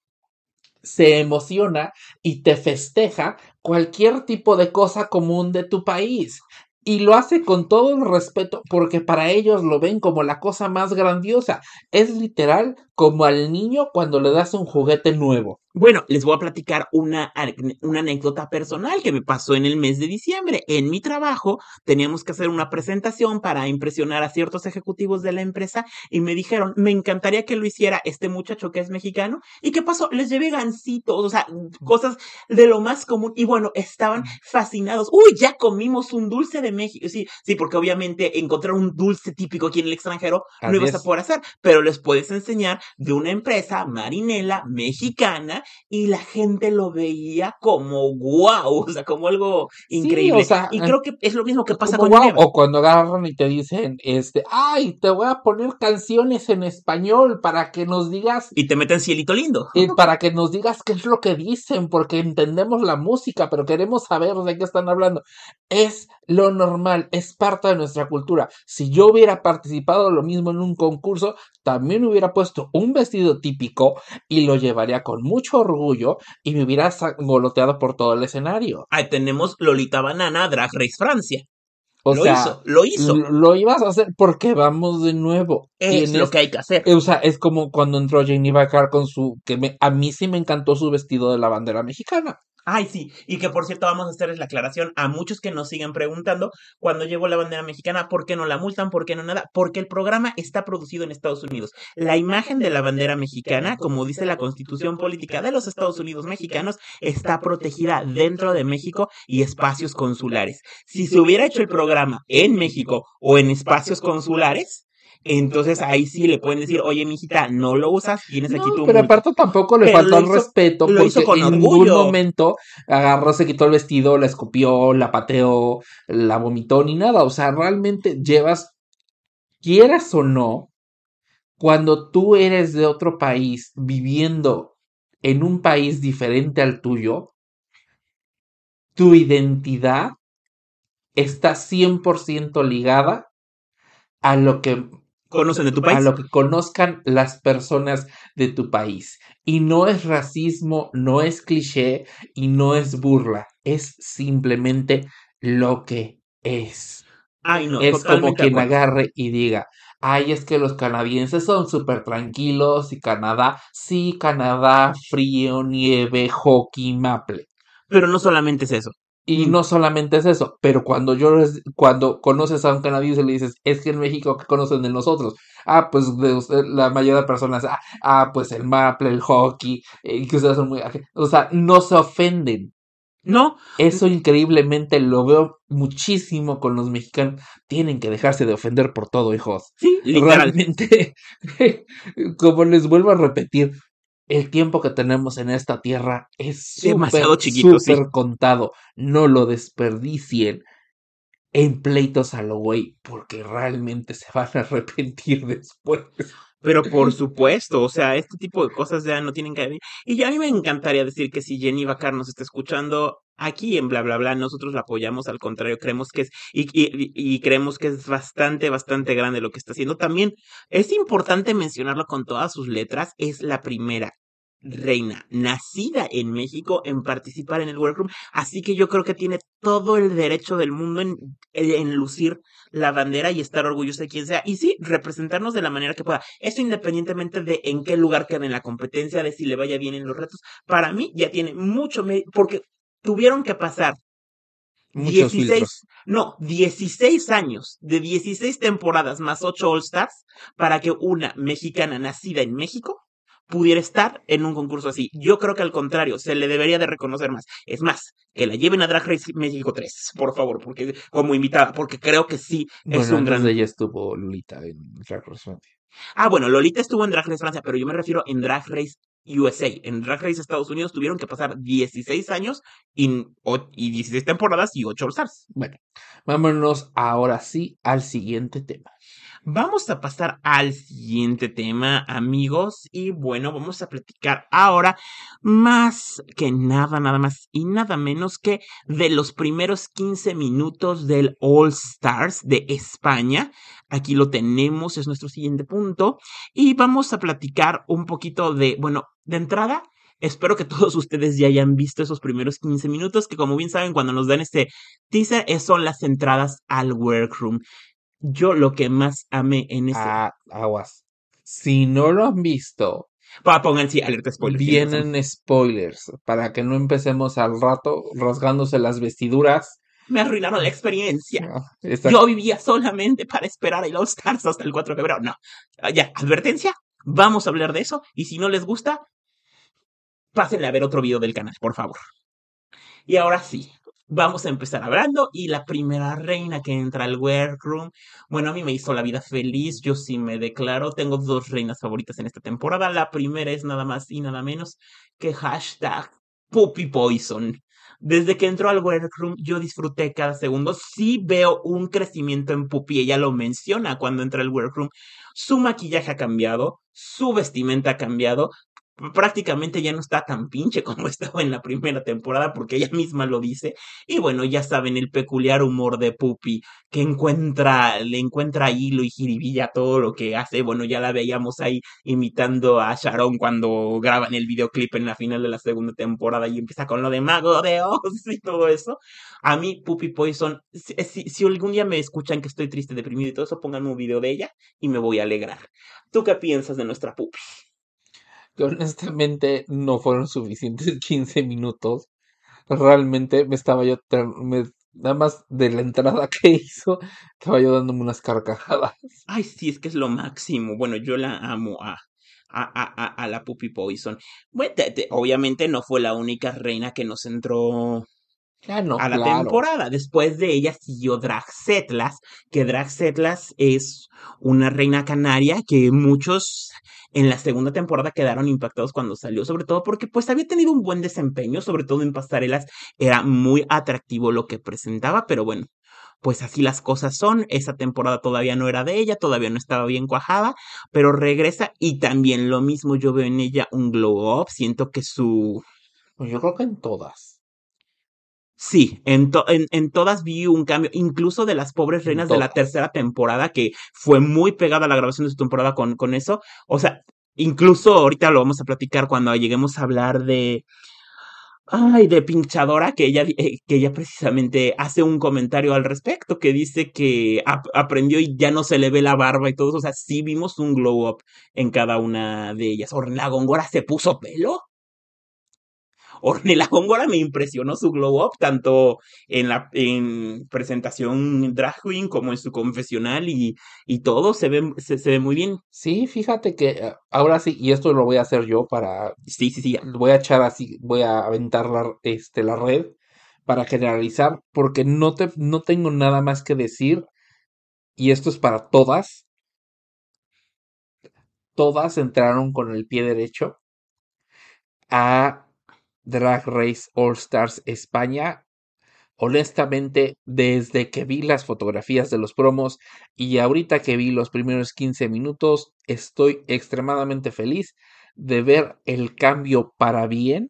se emociona y te festeja cualquier tipo de cosa común de tu país. Y lo hace con todo el respeto porque para ellos lo ven como la cosa más grandiosa. Es literal como al niño cuando le das un juguete nuevo. Bueno, les voy a platicar una anécdota personal que me pasó en el mes de diciembre. En mi trabajo teníamos que hacer una presentación para impresionar a ciertos ejecutivos de la empresa y me dijeron, me encantaría que lo hiciera este muchacho que es mexicano. ¿Y qué pasó? Les llevé gancitos, o sea, cosas de lo más común. Y bueno, estaban fascinados. Uy, ya comimos un dulce de México. Sí, porque obviamente encontrar un dulce típico aquí en el extranjero no ibas a poder hacer, pero les puedes enseñar de una empresa marinela mexicana y la gente lo veía como wow, o sea, como algo increíble. Sí, o sea, y creo que es lo mismo que pasa con Ginebra. O cuando agarran y te dicen, ay, te voy a poner canciones en español para que nos digas. Y te meten Cielito Lindo. Para que nos digas qué es lo que dicen, porque entendemos la música, pero queremos saber de qué están hablando. Es lo normal, es parte de nuestra cultura. Si yo hubiera participado lo mismo en un concurso, también hubiera puesto un vestido típico y lo llevaría con mucho orgullo y me hubiera goloteado por todo el escenario. Ahí tenemos Lolita Banana, Drag Race Francia. Lo hizo. Lo ibas a hacer porque vamos de nuevo. Es lo que hay que hacer. O sea, es como cuando entró Geneva Carr con a mí sí me encantó su vestido de la bandera mexicana. Ay, sí, y que por cierto vamos a hacerles la aclaración a muchos que nos siguen preguntando cuando llevo la bandera mexicana, ¿por qué no la multan? ¿Por qué no nada? Porque el programa está producido en Estados Unidos. La imagen de la bandera mexicana, como dice la Constitución Política de los Estados Unidos Mexicanos, está protegida dentro de México y espacios consulares. Si se hubiera hecho el programa en México o en espacios consulares, Entonces ahí sí le pueden decir, oye, mijita, no lo usas, tienes aquí No, tu pero multa. aparte tampoco le Pero faltó al respeto lo hizo porque con en ningún orgullo. momento agarró, se quitó el vestido, la escupió, la pateó, la vomitó ni nada. O sea, realmente llevas, quieras o no, cuando tú eres de otro país viviendo en un país diferente al tuyo, tu identidad está 100% ligada a lo que ¿Conocen de tu a país? lo que conozcan las personas de tu país. Y no es racismo, no es cliché y no es burla, es simplemente lo que es. Ay, no, Es como totalmente de quien acuerdo. agarre y diga, ay, es que los canadienses son súper tranquilos y Canadá, sí, Canadá, frío, nieve, hockey, maple. Pero no solamente es eso. Y Mm, no solamente es eso, pero cuando conoces a un canadiense le dices, es que en México, ¿qué conocen de nosotros? Ah, pues de usted, la mayoría de personas, pues el maple, el hockey, y que ustedes son muy, o sea, no se ofenden. no, Eso increíblemente lo veo muchísimo con los mexicanos. Tienen que dejarse de ofender por todo, hijos. sí, literal. Realmente, como les vuelvo a repetir, el tiempo que tenemos en esta tierra es Demasiado súper, chiquito, sí. súper contado. No lo desperdicien en pleitos a lo güey, porque realmente se van a arrepentir después. Pero por supuesto, o sea, este tipo de cosas ya no tienen que haber. Y ya a mí me encantaría decir que si Jenny Bacar nos está escuchando aquí en bla bla bla, nosotros la apoyamos, al contrario, creemos que es, y creemos que es bastante, bastante grande lo que está haciendo. También es importante mencionarlo con todas sus letras, es la primera reina nacida en México en participar en el Workroom, así que yo creo que tiene todo el derecho del mundo en lucir la bandera y estar orgulloso de quien sea. Y sí, representarnos de la manera que pueda. Eso independientemente de en qué lugar quede en la competencia, de si le vaya bien en los retos. Para mí ya tiene mucho mérito, porque tuvieron que pasar Muchos filtros. 16 años, de 16 temporadas más 8 All Stars, para que una mexicana nacida en México pudiera estar en un concurso así. Yo creo que al contrario, se le debería de reconocer más. Es más, que la lleven a Drag Race México 3, por favor, porque como invitada, porque creo que sí es Bueno, un antes de gran. ella estuvo Lolita en Drag Race Francia. Ah, bueno, Lolita estuvo en Drag Race Francia, pero yo me refiero en Drag Race USA. En Drag Race Estados Unidos tuvieron que pasar 16 años y 16 temporadas y 8 All Stars. Bueno, vámonos ahora sí al siguiente tema. Vamos a pasar al siguiente tema, amigos, y bueno, vamos a platicar ahora más que nada, nada más y nada menos que de los primeros 15 minutos del All Stars de España. Aquí lo tenemos, es nuestro siguiente punto, y vamos a platicar un poquito de, bueno, de entrada. Espero que todos ustedes ya hayan visto esos primeros 15 minutos, que como bien saben, cuando nos dan este teaser, son las entradas al workroom. Yo lo que más amé en ese. Aguas. Si no lo han visto, Pongan, sí, alerta spoiler, tiene razón. vienen spoilers para que no empecemos al rato rasgándose las vestiduras. Me arruinaron la experiencia. No, Yo exacto. vivía solamente para esperar a All Stars hasta el 4 de febrero. No. Ya, advertencia. Vamos a hablar de eso. Y si no les gusta, pásenle a ver otro video del canal, por favor. Y ahora sí, vamos a empezar hablando. Y la primera reina que entra al workroom, bueno, a mí me hizo la vida feliz. Yo sí me declaro. Tengo dos reinas favoritas en esta temporada. La primera es nada más y nada menos que hashtag Puppy Poison. Desde que entró al workroom, yo disfruté cada segundo. Sí veo un crecimiento en Puppy. Ella lo menciona cuando entra al workroom. Su maquillaje ha cambiado. Su vestimenta ha cambiado, prácticamente ya no está tan pinche como estaba en la primera temporada, porque ella misma lo dice. Y bueno, ya saben, el peculiar humor de Puppy, que le encuentra hilo y jiribilla a todo lo que hace. Bueno, ya la veíamos ahí imitando a Sharon cuando graban el videoclip en la final de la segunda temporada y empieza con lo de Mago de Oz y todo eso. A mí, Puppy Poison, si algún día me escuchan que estoy triste, deprimido y todo eso, pónganme un video de ella y me voy a alegrar. ¿Tú qué piensas de nuestra Puppy? Que honestamente no fueron suficientes 15 minutos. Realmente me estaba yo, nada más de la entrada que hizo, estaba yo dándome unas carcajadas. Ay, sí, es que es lo máximo. Bueno, yo la amo a la Puppy Poison. Bueno, obviamente no fue la única reina que nos entró Ah, no, a la claro. temporada. Después de ella siguió Draxetlas, que Draxetlas es una reina canaria que muchos en la segunda temporada quedaron impactados cuando salió, sobre todo porque pues había tenido un buen desempeño, sobre todo en pasarelas, era muy atractivo lo que presentaba, pero bueno. Pues así las cosas son, esa temporada todavía no era de ella, todavía no estaba bien cuajada, pero regresa y también lo mismo yo veo en ella un glow up, siento que su. Pues yo creo que en todas. Sí, en todas vi un cambio, incluso de las pobres En reinas de la todas. tercera temporada, que fue muy pegada a la grabación de su temporada con eso. O sea, incluso ahorita lo vamos a platicar cuando lleguemos a hablar de Pinchadora, que ella precisamente hace un comentario al respecto, que dice que aprendió y ya no se le ve la barba y todo eso. O sea, sí vimos un glow up en cada una de ellas. Ornella Góngora se puso pelo. Ornella Góngora me impresionó su glow up, tanto en presentación drag queen como en su confesional y todo se ve muy bien. Sí, fíjate que ahora sí, y esto lo voy a hacer yo para, Sí, sí, sí. voy a echar así, voy a aventar la red para generalizar, porque no tengo nada más que decir, y esto es para todas. Todas entraron con el pie derecho a Drag Race All Stars España. Honestamente, desde que vi las fotografías de los promos y ahorita que vi los primeros 15 minutos, estoy extremadamente feliz de ver el cambio para bien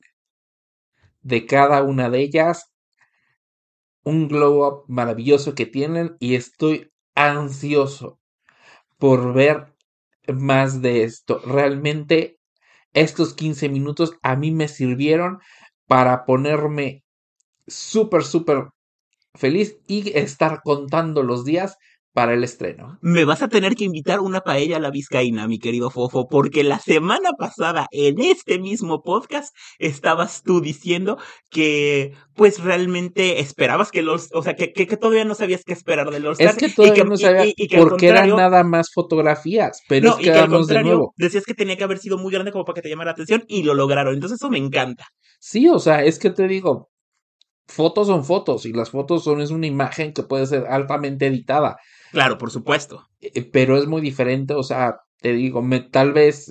de cada una de ellas, un glow up maravilloso que tienen y estoy ansioso por ver más de esto. Realmente estos 15 minutos a mí me sirvieron para ponerme súper feliz y estar contando los días para el estreno. Me vas a tener que invitar una paella a la vizcaína, mi querido Fofo, porque la semana pasada en este mismo podcast estabas tú diciendo que pues realmente esperabas o sea, que todavía no sabías qué esperar del All Es Star que y todavía que, no y, sabía y- y que al por qué eran contrario, nada más fotografías, pero no, es y que que al vamos de contrario nuevo. decías que tenía que haber sido muy grande como para que te llamara la atención y lo lograron. Entonces eso me encanta. Sí, o sea, es que te digo, fotos son fotos y las fotos es una imagen que puede ser altamente editada, Claro, por supuesto. pero es muy diferente, o sea, te digo, tal vez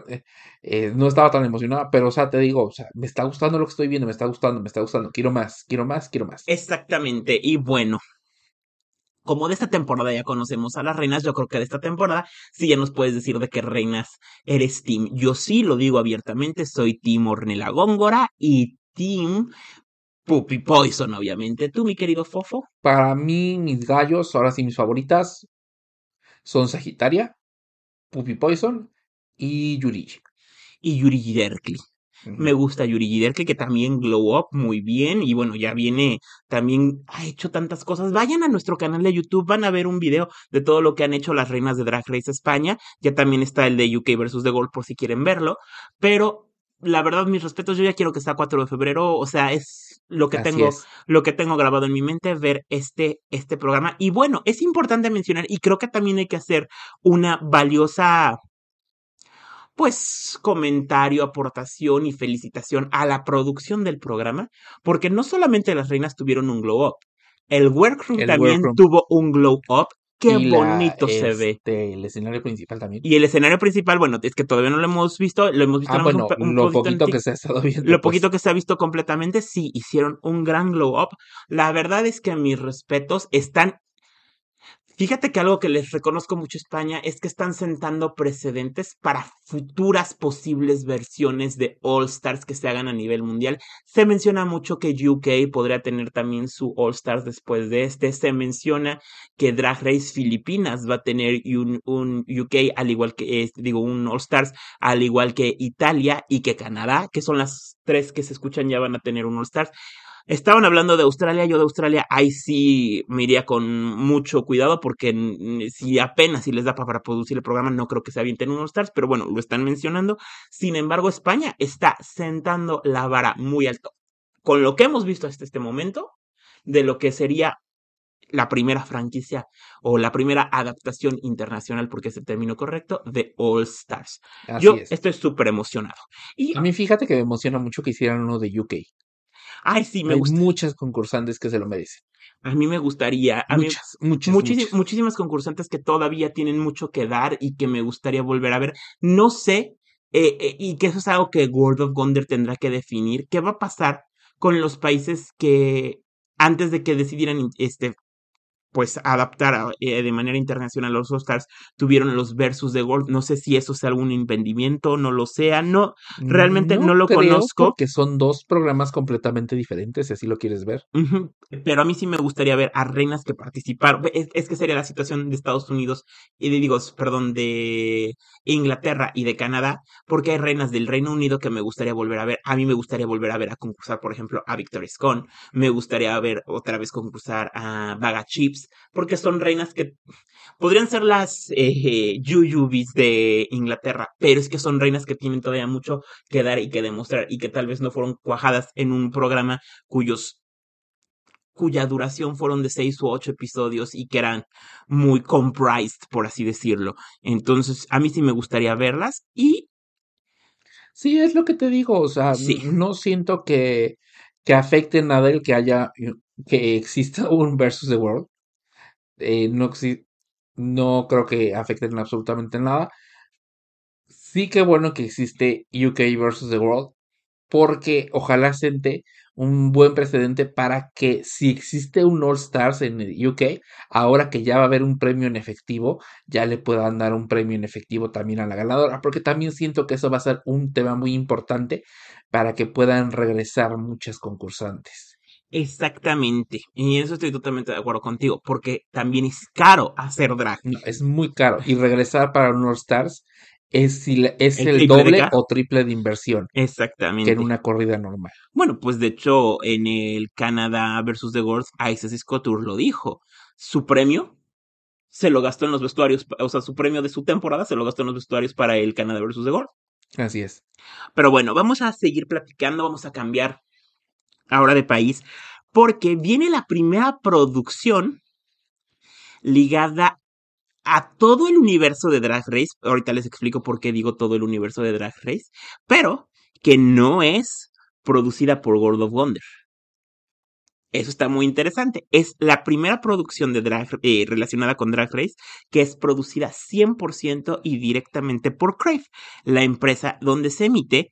no estaba tan emocionada, pero o sea, te digo, o sea, me está gustando lo que estoy viendo, me está gustando, quiero más, quiero más, quiero más. Exactamente. Y bueno, como de esta temporada ya conocemos a las reinas, yo creo que de esta temporada sí ya nos puedes decir de qué reinas eres team. Yo sí lo digo abiertamente, soy team Ornella Góngora y team Puppy Poison, obviamente. ¿Tú, mi querido Fofo? Para mí, mis gallos, ahora sí mis favoritas, son Sagitaria, Puppy Poison y Yurigi. Y Yuri Derkly. Me Ujú. gusta Yuri Derkly, que también glow up muy bien. Y bueno, ya viene, también ha hecho tantas cosas. Vayan a nuestro canal de YouTube, van a ver un video de todo lo que han hecho las reinas de Drag Race España. Ya también está el de UK versus The Gold por si quieren verlo. Pero la verdad, mis respetos, yo ya quiero que sea 4 de febrero. O sea, es Así es. lo que tengo grabado en mi mente, ver este programa. Y bueno, es importante mencionar, y creo que también hay que hacer una valiosa pues comentario, aportación y felicitación a la producción del programa, porque no solamente las reinas tuvieron un glow up, el workroom El también workroom tuvo un glow up, qué y bonito se ve. el escenario principal también. Y el escenario principal, bueno, es que todavía no lo hemos visto Ah, nada más bueno, un lo poquito poquito que se ha estado viendo, lo pues. poquito que se ha visto completamente, sí, hicieron un gran glow up. La verdad es que mis respetos están. Fíjate que algo que les reconozco mucho a España es que están sentando precedentes para futuras posibles versiones de All Stars que se hagan a nivel mundial. Se menciona mucho que UK podría tener también su All Stars después de este. Se menciona que Drag Race Filipinas va a tener un UK al igual que, un All Stars al igual que Italia y que Canadá, que son las tres que se escuchan ya van a tener un All Stars. Estaban hablando de Australia, yo de Australia ahí sí me iría con mucho cuidado porque si apenas si les da para producir el programa no creo que se avienten unos stars, pero bueno, lo están mencionando. Sin embargo, España está sentando la vara muy alto. Con lo que hemos visto hasta este momento, de lo que sería la primera franquicia o la primera adaptación internacional, porque es el término correcto, de All Stars. Así Yo es. estoy súper emocionado. Y A mí fíjate que me emociona mucho que hicieran uno de UK. Ay, sí, me Hay gusta. muchas concursantes que se lo merecen. A mí me gustaría, Muchas. muchísimas concursantes que todavía tienen mucho que dar y que me gustaría volver a ver. No sé, y que eso es algo que World of Wonder tendrá que definir, qué va a pasar con los países que antes de que decidieran pues adaptar de manera internacional los Oscars, tuvieron los versus de Gold. No sé si eso sea algún impedimento, no lo sea, no, realmente no No lo creo, conozco. porque son dos programas completamente diferentes, si así lo quieres ver. Ujú. Pero a mí sí me gustaría ver a reinas que participaron. Es que sería la situación de Estados Unidos y perdón, de Inglaterra y de Canadá, porque hay reinas del Reino Unido que me gustaría volver a ver. A mí me gustaría volver a ver a concursar, por ejemplo, a Victoria Scone. Me gustaría ver otra vez concursar a Baga Chips, porque son reinas que podrían ser las Yuyubis de Inglaterra, pero es que son reinas que tienen todavía mucho que dar y que demostrar y que tal vez no fueron cuajadas en un programa cuya duración fueron de 6 u 8 episodios y que eran muy comprised, por así decirlo. Entonces, a mí sí me gustaría verlas y Sí, es lo que te digo, o sea, sí, no siento que afecte nada el que haya, que exista un versus the world. No, no creo que afecten absolutamente nada. Sí que bueno que existe UK versus the world, porque ojalá sente un buen precedente para que si existe un All Stars en el UK, ahora que ya va a haber un premio en efectivo, ya le puedan dar un premio en efectivo también a la ganadora, porque también siento que eso va a ser un tema muy importante para que puedan regresar muchas concursantes. exactamente. Y eso estoy totalmente de acuerdo contigo, porque también es caro hacer drag. No, es muy caro y regresar para un All Stars es El el triple de doble K. o triple de inversión que en Exactamente. una corrida normal. Bueno, pues de hecho, en el Canadá versus The World, Isis Couture lo dijo. Su premio se lo gastó en los vestuarios, o sea, su premio de su temporada se lo gastó en los vestuarios para el Canadá versus The World. Así es. Pero bueno, vamos a seguir platicando, vamos a cambiar ahora de país, porque viene la primera producción ligada a todo el universo de Drag Race. Ahorita les explico por qué digo todo el universo de Drag Race, pero que no es producida por World of Wonder. Eso está muy interesante. Es la primera producción de drag relacionada con Drag Race que es producida 100% y directamente por Crave, la empresa donde se emite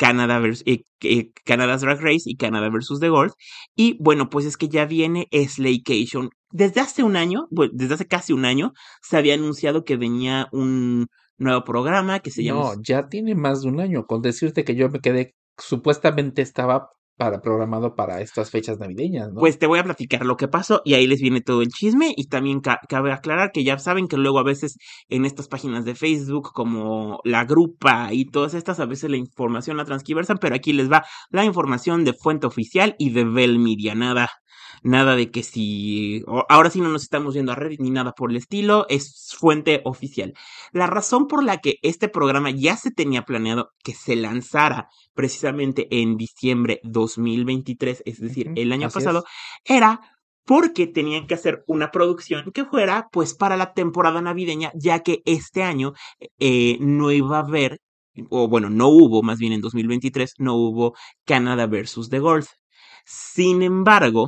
Canada's Drag Race y Canada vs. The World. Y bueno, pues es que ya viene Slaycation. Desde hace un año, bueno, desde hace casi un año, se había anunciado que venía un nuevo programa que se llama... No, ya tiene más de un año. Con decirte que yo me quedé, supuestamente estaba programado para estas fechas navideñas, ¿no? Pues te voy a platicar lo que pasó y ahí les viene todo el chisme y también cabe aclarar que ya saben que luego a veces en estas páginas de Facebook como la grupa y todas estas a veces la información la transquiversan, pero aquí les va la información de fuente oficial y de Bell Media, nada de que si ahora sí no nos estamos yendo a Reddit ni nada por el estilo, es fuente oficial. La razón por la que este programa ya se tenía planeado que se lanzara precisamente en diciembre 2023, es decir, Ujú, el año así pasado, es. era porque tenían que hacer una producción que fuera pues para la temporada navideña, ya que este año no iba a haber, o bueno, no hubo, más bien en 2023, no hubo Canada versus The World. Sin embargo,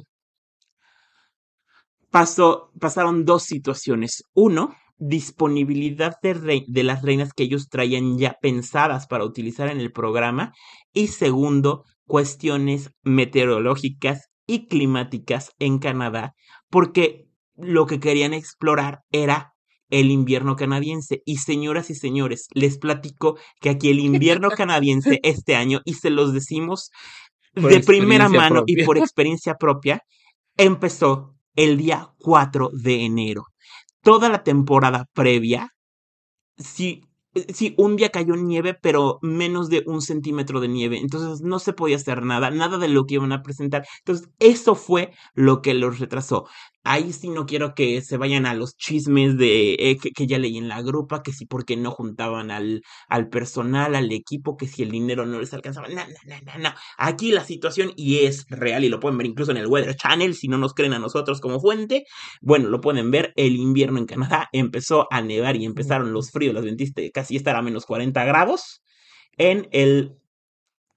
pasaron dos situaciones. Uno, disponibilidad de las reinas que ellos traían ya pensadas para utilizar en el programa. Y segundo, cuestiones meteorológicas y climáticas en Canadá, porque lo que querían explorar era el invierno canadiense. Y señoras y señores, les platico que aquí el invierno canadiense este año, y se los decimos Por de primera experiencia mano y propia. por experiencia propia, empezó el día 4 de enero. Toda la temporada previa, sí, sí, un día cayó nieve, pero menos de 1 centímetro de nieve. Entonces no se podía hacer nada, nada de lo que iban a presentar. Entonces eso fue lo que los retrasó. Ahí sí no quiero que se vayan a los chismes de que ya leí en la grupa, que sí porque no juntaban al personal, al equipo, que si el dinero no les alcanzaba. No, no, no, no, no. Aquí la situación, y es real, y lo pueden ver incluso en el Weather Channel, si no nos creen a nosotros como fuente, bueno, lo pueden ver, el invierno en Canadá empezó a nevar y empezaron los fríos, las ventistas casi estar a menos 40 grados en el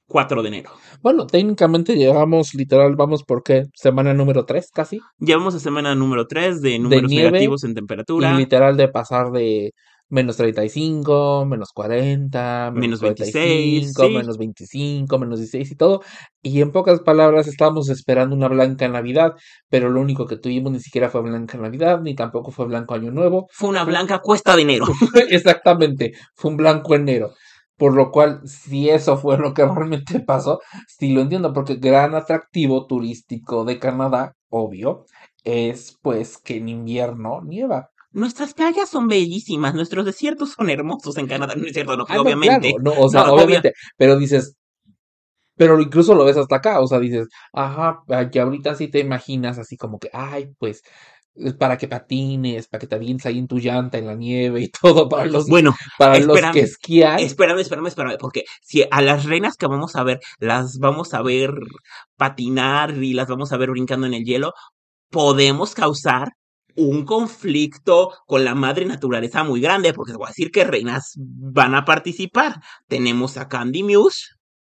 4 de enero. Bueno, técnicamente llegamos, literal, vamos por qué, semana número 3 casi, Llevamos a semana número 3 de de números nieve negativos en y temperatura, literal de pasar de menos 35, menos 40, menos menos 26, 45, sí. menos 25, menos 16 y todo. Y en pocas palabras, estábamos esperando una blanca Navidad, pero lo único que tuvimos ni siquiera fue blanca Navidad, ni tampoco fue blanco Año Nuevo. Fue una blanca cuesta de enero. Exactamente, fue un blanco enero. Por lo cual, si eso fue lo que realmente pasó, sí lo entiendo, porque gran atractivo turístico de Canadá, obvio, es pues que en invierno nieva. Nuestras playas son bellísimas, nuestros desiertos son hermosos en Canadá, no es cierto, no, Ah, no, claro, obviamente. no, o sea, No, obvio. obviamente, pero dices, pero incluso lo ves hasta acá, o sea, dices, ajá, que ahorita sí te imaginas así como que, ay, pues, es para que patines, para que te avientes ahí en tu llanta, en la nieve y todo, Bueno, para los que espérame, esquían. espérame, porque si a las reinas que vamos a ver, las vamos a ver patinar y las vamos a ver brincando en el hielo, podemos causar un conflicto con la madre naturaleza muy grande, porque te voy a decir que reinas van a participar. Tenemos a Candy Muse,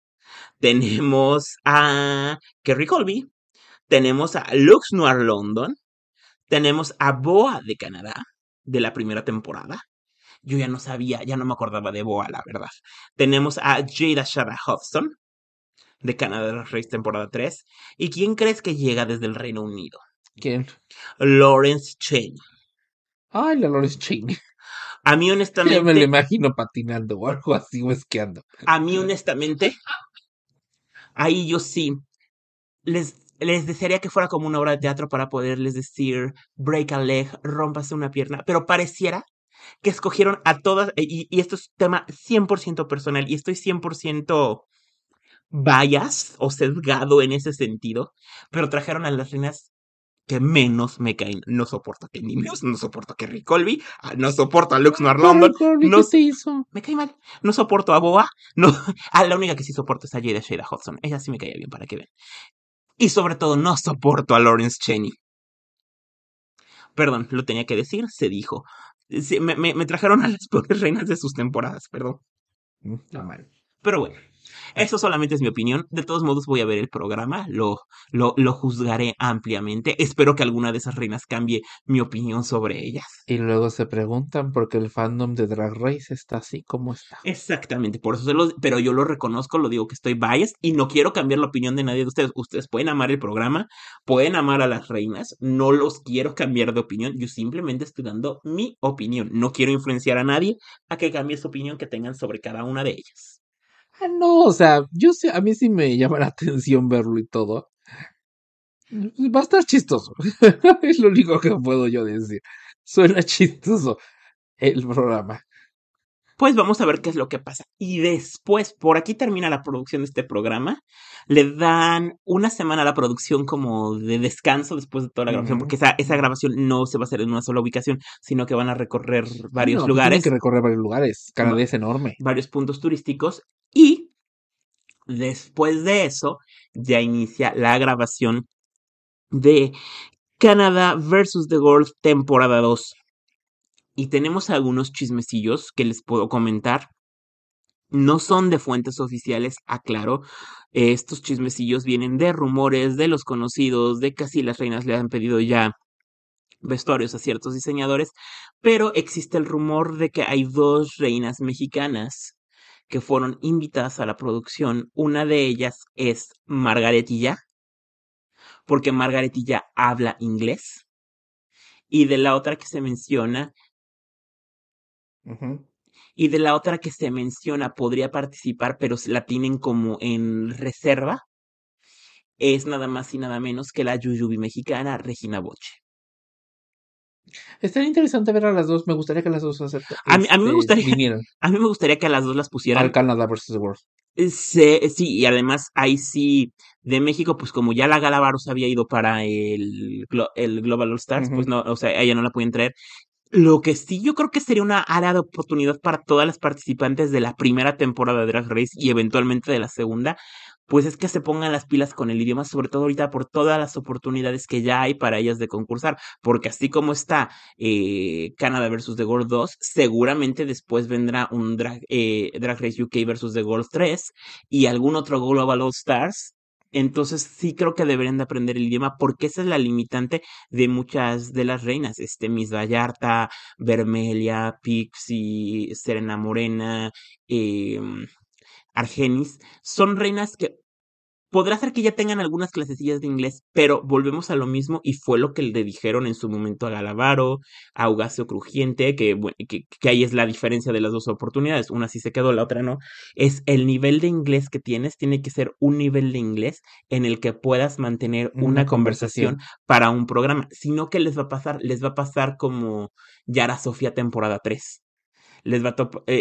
tenemos a Kerry Colby, tenemos a Lux Noir London, tenemos a Boa de Canadá, de la primera temporada. Yo ya no sabía, ya no me acordaba de Boa, la verdad. Tenemos a Jada Shara Hudson, de Canadá Race temporada 3. ¿Y quién crees que llega desde el Reino Unido? ¿Quién? Lawrence Cheney. Ay, la Loris Cheney. A mí Ya me lo honestamente, imagino patinando o algo así o esquiando. a mí honestamente, ahí yo sí les desearía que fuera como una obra de teatro para poderles decir break a leg, rómpase una pierna, pero pareciera que escogieron a todas, y esto es tema 100% personal, y estoy 100% bias o sesgado en ese sentido, pero trajeron a las reinas que menos me caen. No soporto a Kenny Mills, no soporto a Kerry Colby, no soporto a Lux Noir Carol London, Corley, no, ¿qué te hizo? me cae mal. No soporto a Boa, no, la única que sí soporto es a Jada Shada Hudson. Ella sí me caía bien, para que vean. Y sobre todo, no soporto a Lawrence Cheney. Perdón, lo tenía que decir, se dijo. Sí, me trajeron a las peores reinas de sus temporadas, perdón. Está mal. Pero bueno, eso solamente es mi opinión. De todos modos, voy a ver el programa, lo juzgaré ampliamente. Espero que alguna de esas reinas cambie mi opinión sobre ellas. Y luego se preguntan por qué el fandom de Drag Race está así como está. Exactamente, por eso pero yo lo reconozco, lo digo que estoy biased y no quiero cambiar la opinión de nadie de ustedes. Ustedes pueden amar el programa, pueden amar a las reinas, no los quiero cambiar de opinión, yo simplemente estoy dando mi opinión. No quiero influenciar a nadie a que cambie su opinión que tengan sobre cada una de ellas. Ah, no, o sea, yo sé, a mí sí me llama la atención verlo y todo. Va a estar chistoso. Es lo único que puedo yo decir. Suena chistoso el programa. Pues vamos a ver qué es lo que pasa. Y después, por aquí termina la producción de este programa. Le dan una semana a la producción como de descanso después de toda la grabación, porque esa grabación no se va a hacer en una sola ubicación, sino que van a recorrer Ah, varios no, pues tienen que lugares, recorrer varios lugares. Canadá es enorme. varios puntos turísticos. Y después de eso, ya inicia la grabación de Canadá versus The World temporada 2. Y tenemos algunos chismecillos que les puedo comentar. No son de fuentes oficiales, aclaro. Estos chismecillos vienen de rumores, de los conocidos, de que así las reinas le han pedido ya vestuarios a ciertos diseñadores, pero existe el rumor de que hay 2 reinas mexicanas que fueron invitadas a la producción. Una de ellas es Margaretilla, porque Margaretilla habla inglés, y de la otra que se menciona Ujú. Y de la otra que se menciona podría participar, pero la tienen como en reserva, es nada más y nada menos que la Yuyubi mexicana Regina Boche. Estaría interesante ver a las dos. Me gustaría que las dos A mí me gustaría, vinieran a mí me gustaría que a las dos las al pusieran. Canadá versus the World. Sí, y además ahí sí, de México, pues como ya la Gala Barros había ido para el Global All Stars, pues Ujú. no, o sea, ella no la pueden traer. Lo que sí yo creo que sería una área de oportunidad para todas las participantes de la primera temporada de Drag Race y eventualmente de la segunda, pues es que se pongan las pilas con el idioma, sobre todo ahorita por todas las oportunidades que ya hay para ellas de concursar, porque así como está Canadá versus The World 2, seguramente después vendrá un Drag Race UK versus The World 3 y algún otro Global All Stars. Entonces sí creo que deberían de aprender el idioma porque esa es la limitante de muchas de las reinas, Miss Vallarta, Vermelia, Pixie, Serena Morena, Argenis, son reinas que podrá ser que ya tengan algunas clasecillas de inglés, pero volvemos a lo mismo y fue lo que le dijeron en su momento a Galavaro, a Augasio Crujiente, que ahí es la diferencia de las dos oportunidades, una sí se quedó, la otra no, es el nivel de inglés que tienes, tiene que ser un nivel de inglés en el que puedas mantener una conversación para un programa, sino que les va a pasar, como Yara Sofía temporada 3. Les va a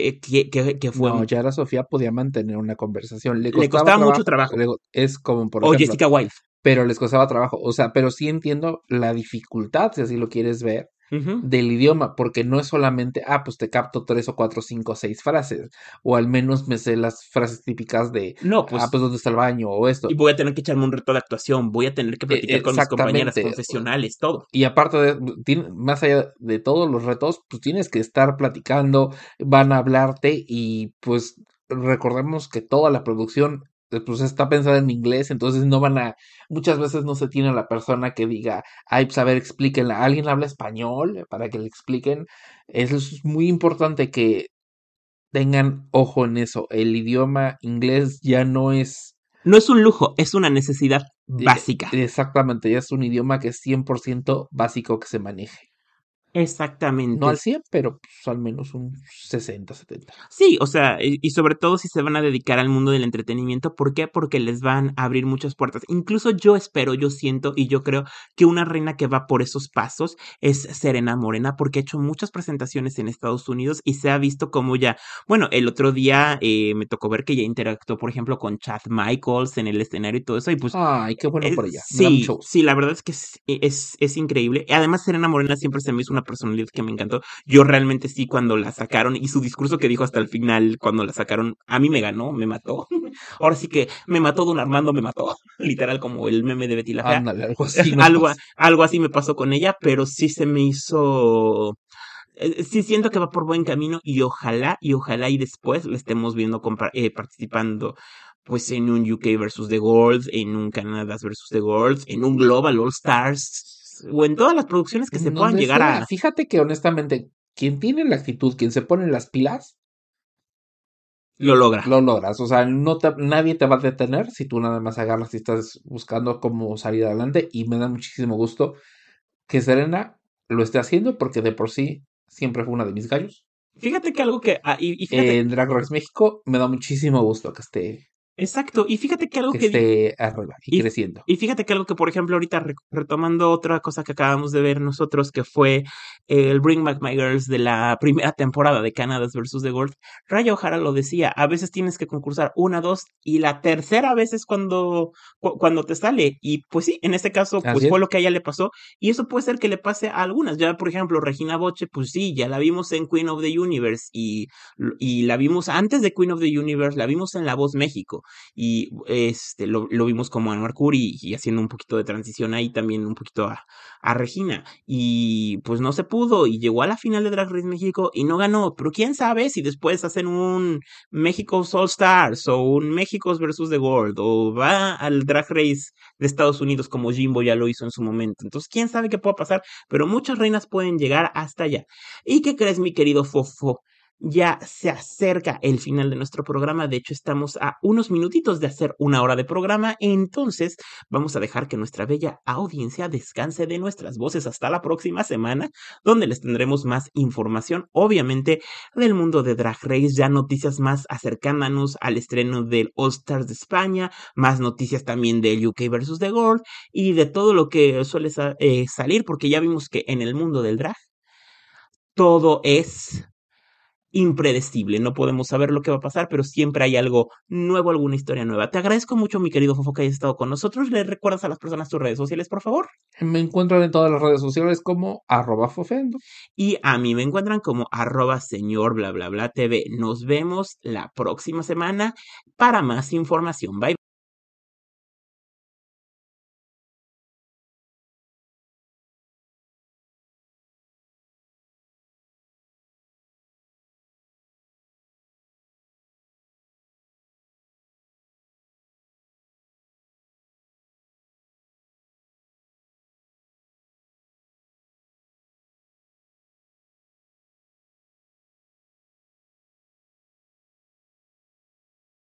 que fue. No, Yara Sofía podía mantener una conversación. Le costaba mucho trabajo. Es como, por O ejemplo, Jessica Wilde. Pero les costaba trabajo. O sea, pero sí entiendo la dificultad, si así lo quieres ver, Ujú. del idioma, porque no es solamente, pues te capto 3 o 4, 5, 6 frases, o al menos me sé las frases típicas de, No, pues, pues ¿dónde está el baño? O esto. y voy a tener que echarme un reto de actuación, voy a tener que platicar con mis compañeras Exactamente. confesionales, todo. Y aparte más allá de todos los retos, pues tienes que estar platicando, van a hablarte y pues recordemos que toda la producción pues está pensada en inglés, entonces muchas veces no se tiene a la persona que diga, ay, pues a ver, explíquenla, ¿alguien habla español? Para que le expliquen. Eso es muy importante que tengan ojo en eso. El idioma inglés ya no es No es un lujo, es una necesidad básica. exactamente, ya es un idioma que es 100% básico que se maneje. No Exactamente. al 100, pero pues, al menos un 60, 70. Sí, o sea, y sobre todo si se van a dedicar al mundo del entretenimiento, ¿por qué? Porque les van a abrir muchas puertas. Incluso yo espero, yo siento y yo creo que una reina que va por esos pasos es Serena Morena, porque ha hecho muchas presentaciones en Estados Unidos y se ha visto como ya, bueno, el otro día me tocó ver que ya interactuó, por ejemplo, con Chad Michaels en el escenario y todo eso, y pues Ay, qué bueno por ella. Me da sí, mucho gusto. sí, la verdad es que es increíble. Además, Serena Morena siempre se me hizo una personalidad que me encantó. Yo realmente sí, cuando la sacaron y su discurso que dijo hasta el final, cuando la sacaron, a mí me ganó, me mató. Ahora sí que me mató Don Armando, me mató. Literal, como el meme de Betty la Fea. Ándale, algo así nos pasa. Algo así me pasó con ella, pero sí se me hizo. Sí siento que va por buen camino y ojalá y después la estemos viendo participando pues en un UK versus The World, en un Canadá versus The World, en un Global All Stars o en todas las producciones que se En puedan donde llegar sea, a. fíjate que honestamente, quien tiene la actitud, quien se pone las pilas, Lo logra. lo logras. O sea, nadie te va a detener si tú nada más agarras y estás buscando cómo salir adelante. Y me da muchísimo gusto que Serena lo esté haciendo porque de por sí siempre fue una de mis gallos. Fíjate que algo que. Y fíjate. En Drag Race México me da muchísimo gusto Exacto. Y fíjate que algo que que esté arriba y Y, creciendo. y fíjate que algo que, por ejemplo, ahorita retomando otra cosa que acabamos de ver nosotros, que fue el Bring Back My Girls de la primera temporada de Canadá versus The World, Raya O'Hara lo decía, a veces tienes que concursar una, dos, y la tercera vez es cuando te sale. Y pues sí, en este caso, pues Así fue es. lo que a ella le pasó, y eso puede ser que le pase a algunas. Ya, por ejemplo, Regina Boche, pues sí, ya la vimos en Queen of the Universe, y la vimos antes de Queen of the Universe, la vimos en La Voz México y lo vimos como a Mercury y haciendo un poquito de transición ahí también un poquito a Regina y pues no se pudo y llegó a la final de Drag Race México y no ganó, pero quién sabe si después hacen un México's All Stars o un México's versus The World o va al Drag Race de Estados Unidos como Jimbo ya lo hizo en su momento, entonces quién sabe qué pueda pasar, pero muchas reinas pueden llegar hasta allá. ¿Y qué crees, mi querido Fofo? Ya se acerca el final de nuestro programa, de hecho estamos a unos minutitos de hacer una hora de programa, entonces vamos a dejar que nuestra bella audiencia descanse de nuestras voces hasta la próxima semana, donde les tendremos más información, obviamente, del mundo de Drag Race, ya noticias más acercándonos al estreno del All Stars de España, más noticias también del UK vs. The World y de todo lo que suele salir, porque ya vimos que en el mundo del drag todo es impredecible, no podemos saber lo que va a pasar, pero siempre hay algo nuevo, alguna historia nueva. Te agradezco mucho, mi querido Fofo, que hayas estado con nosotros. ¿Le recuerdas a las personas tus redes sociales, por favor? Me encuentran en todas las redes sociales como @fofendo. Y a mí me encuentran como @señor bla bla bla TV. Nos vemos la próxima semana para más información. Bye.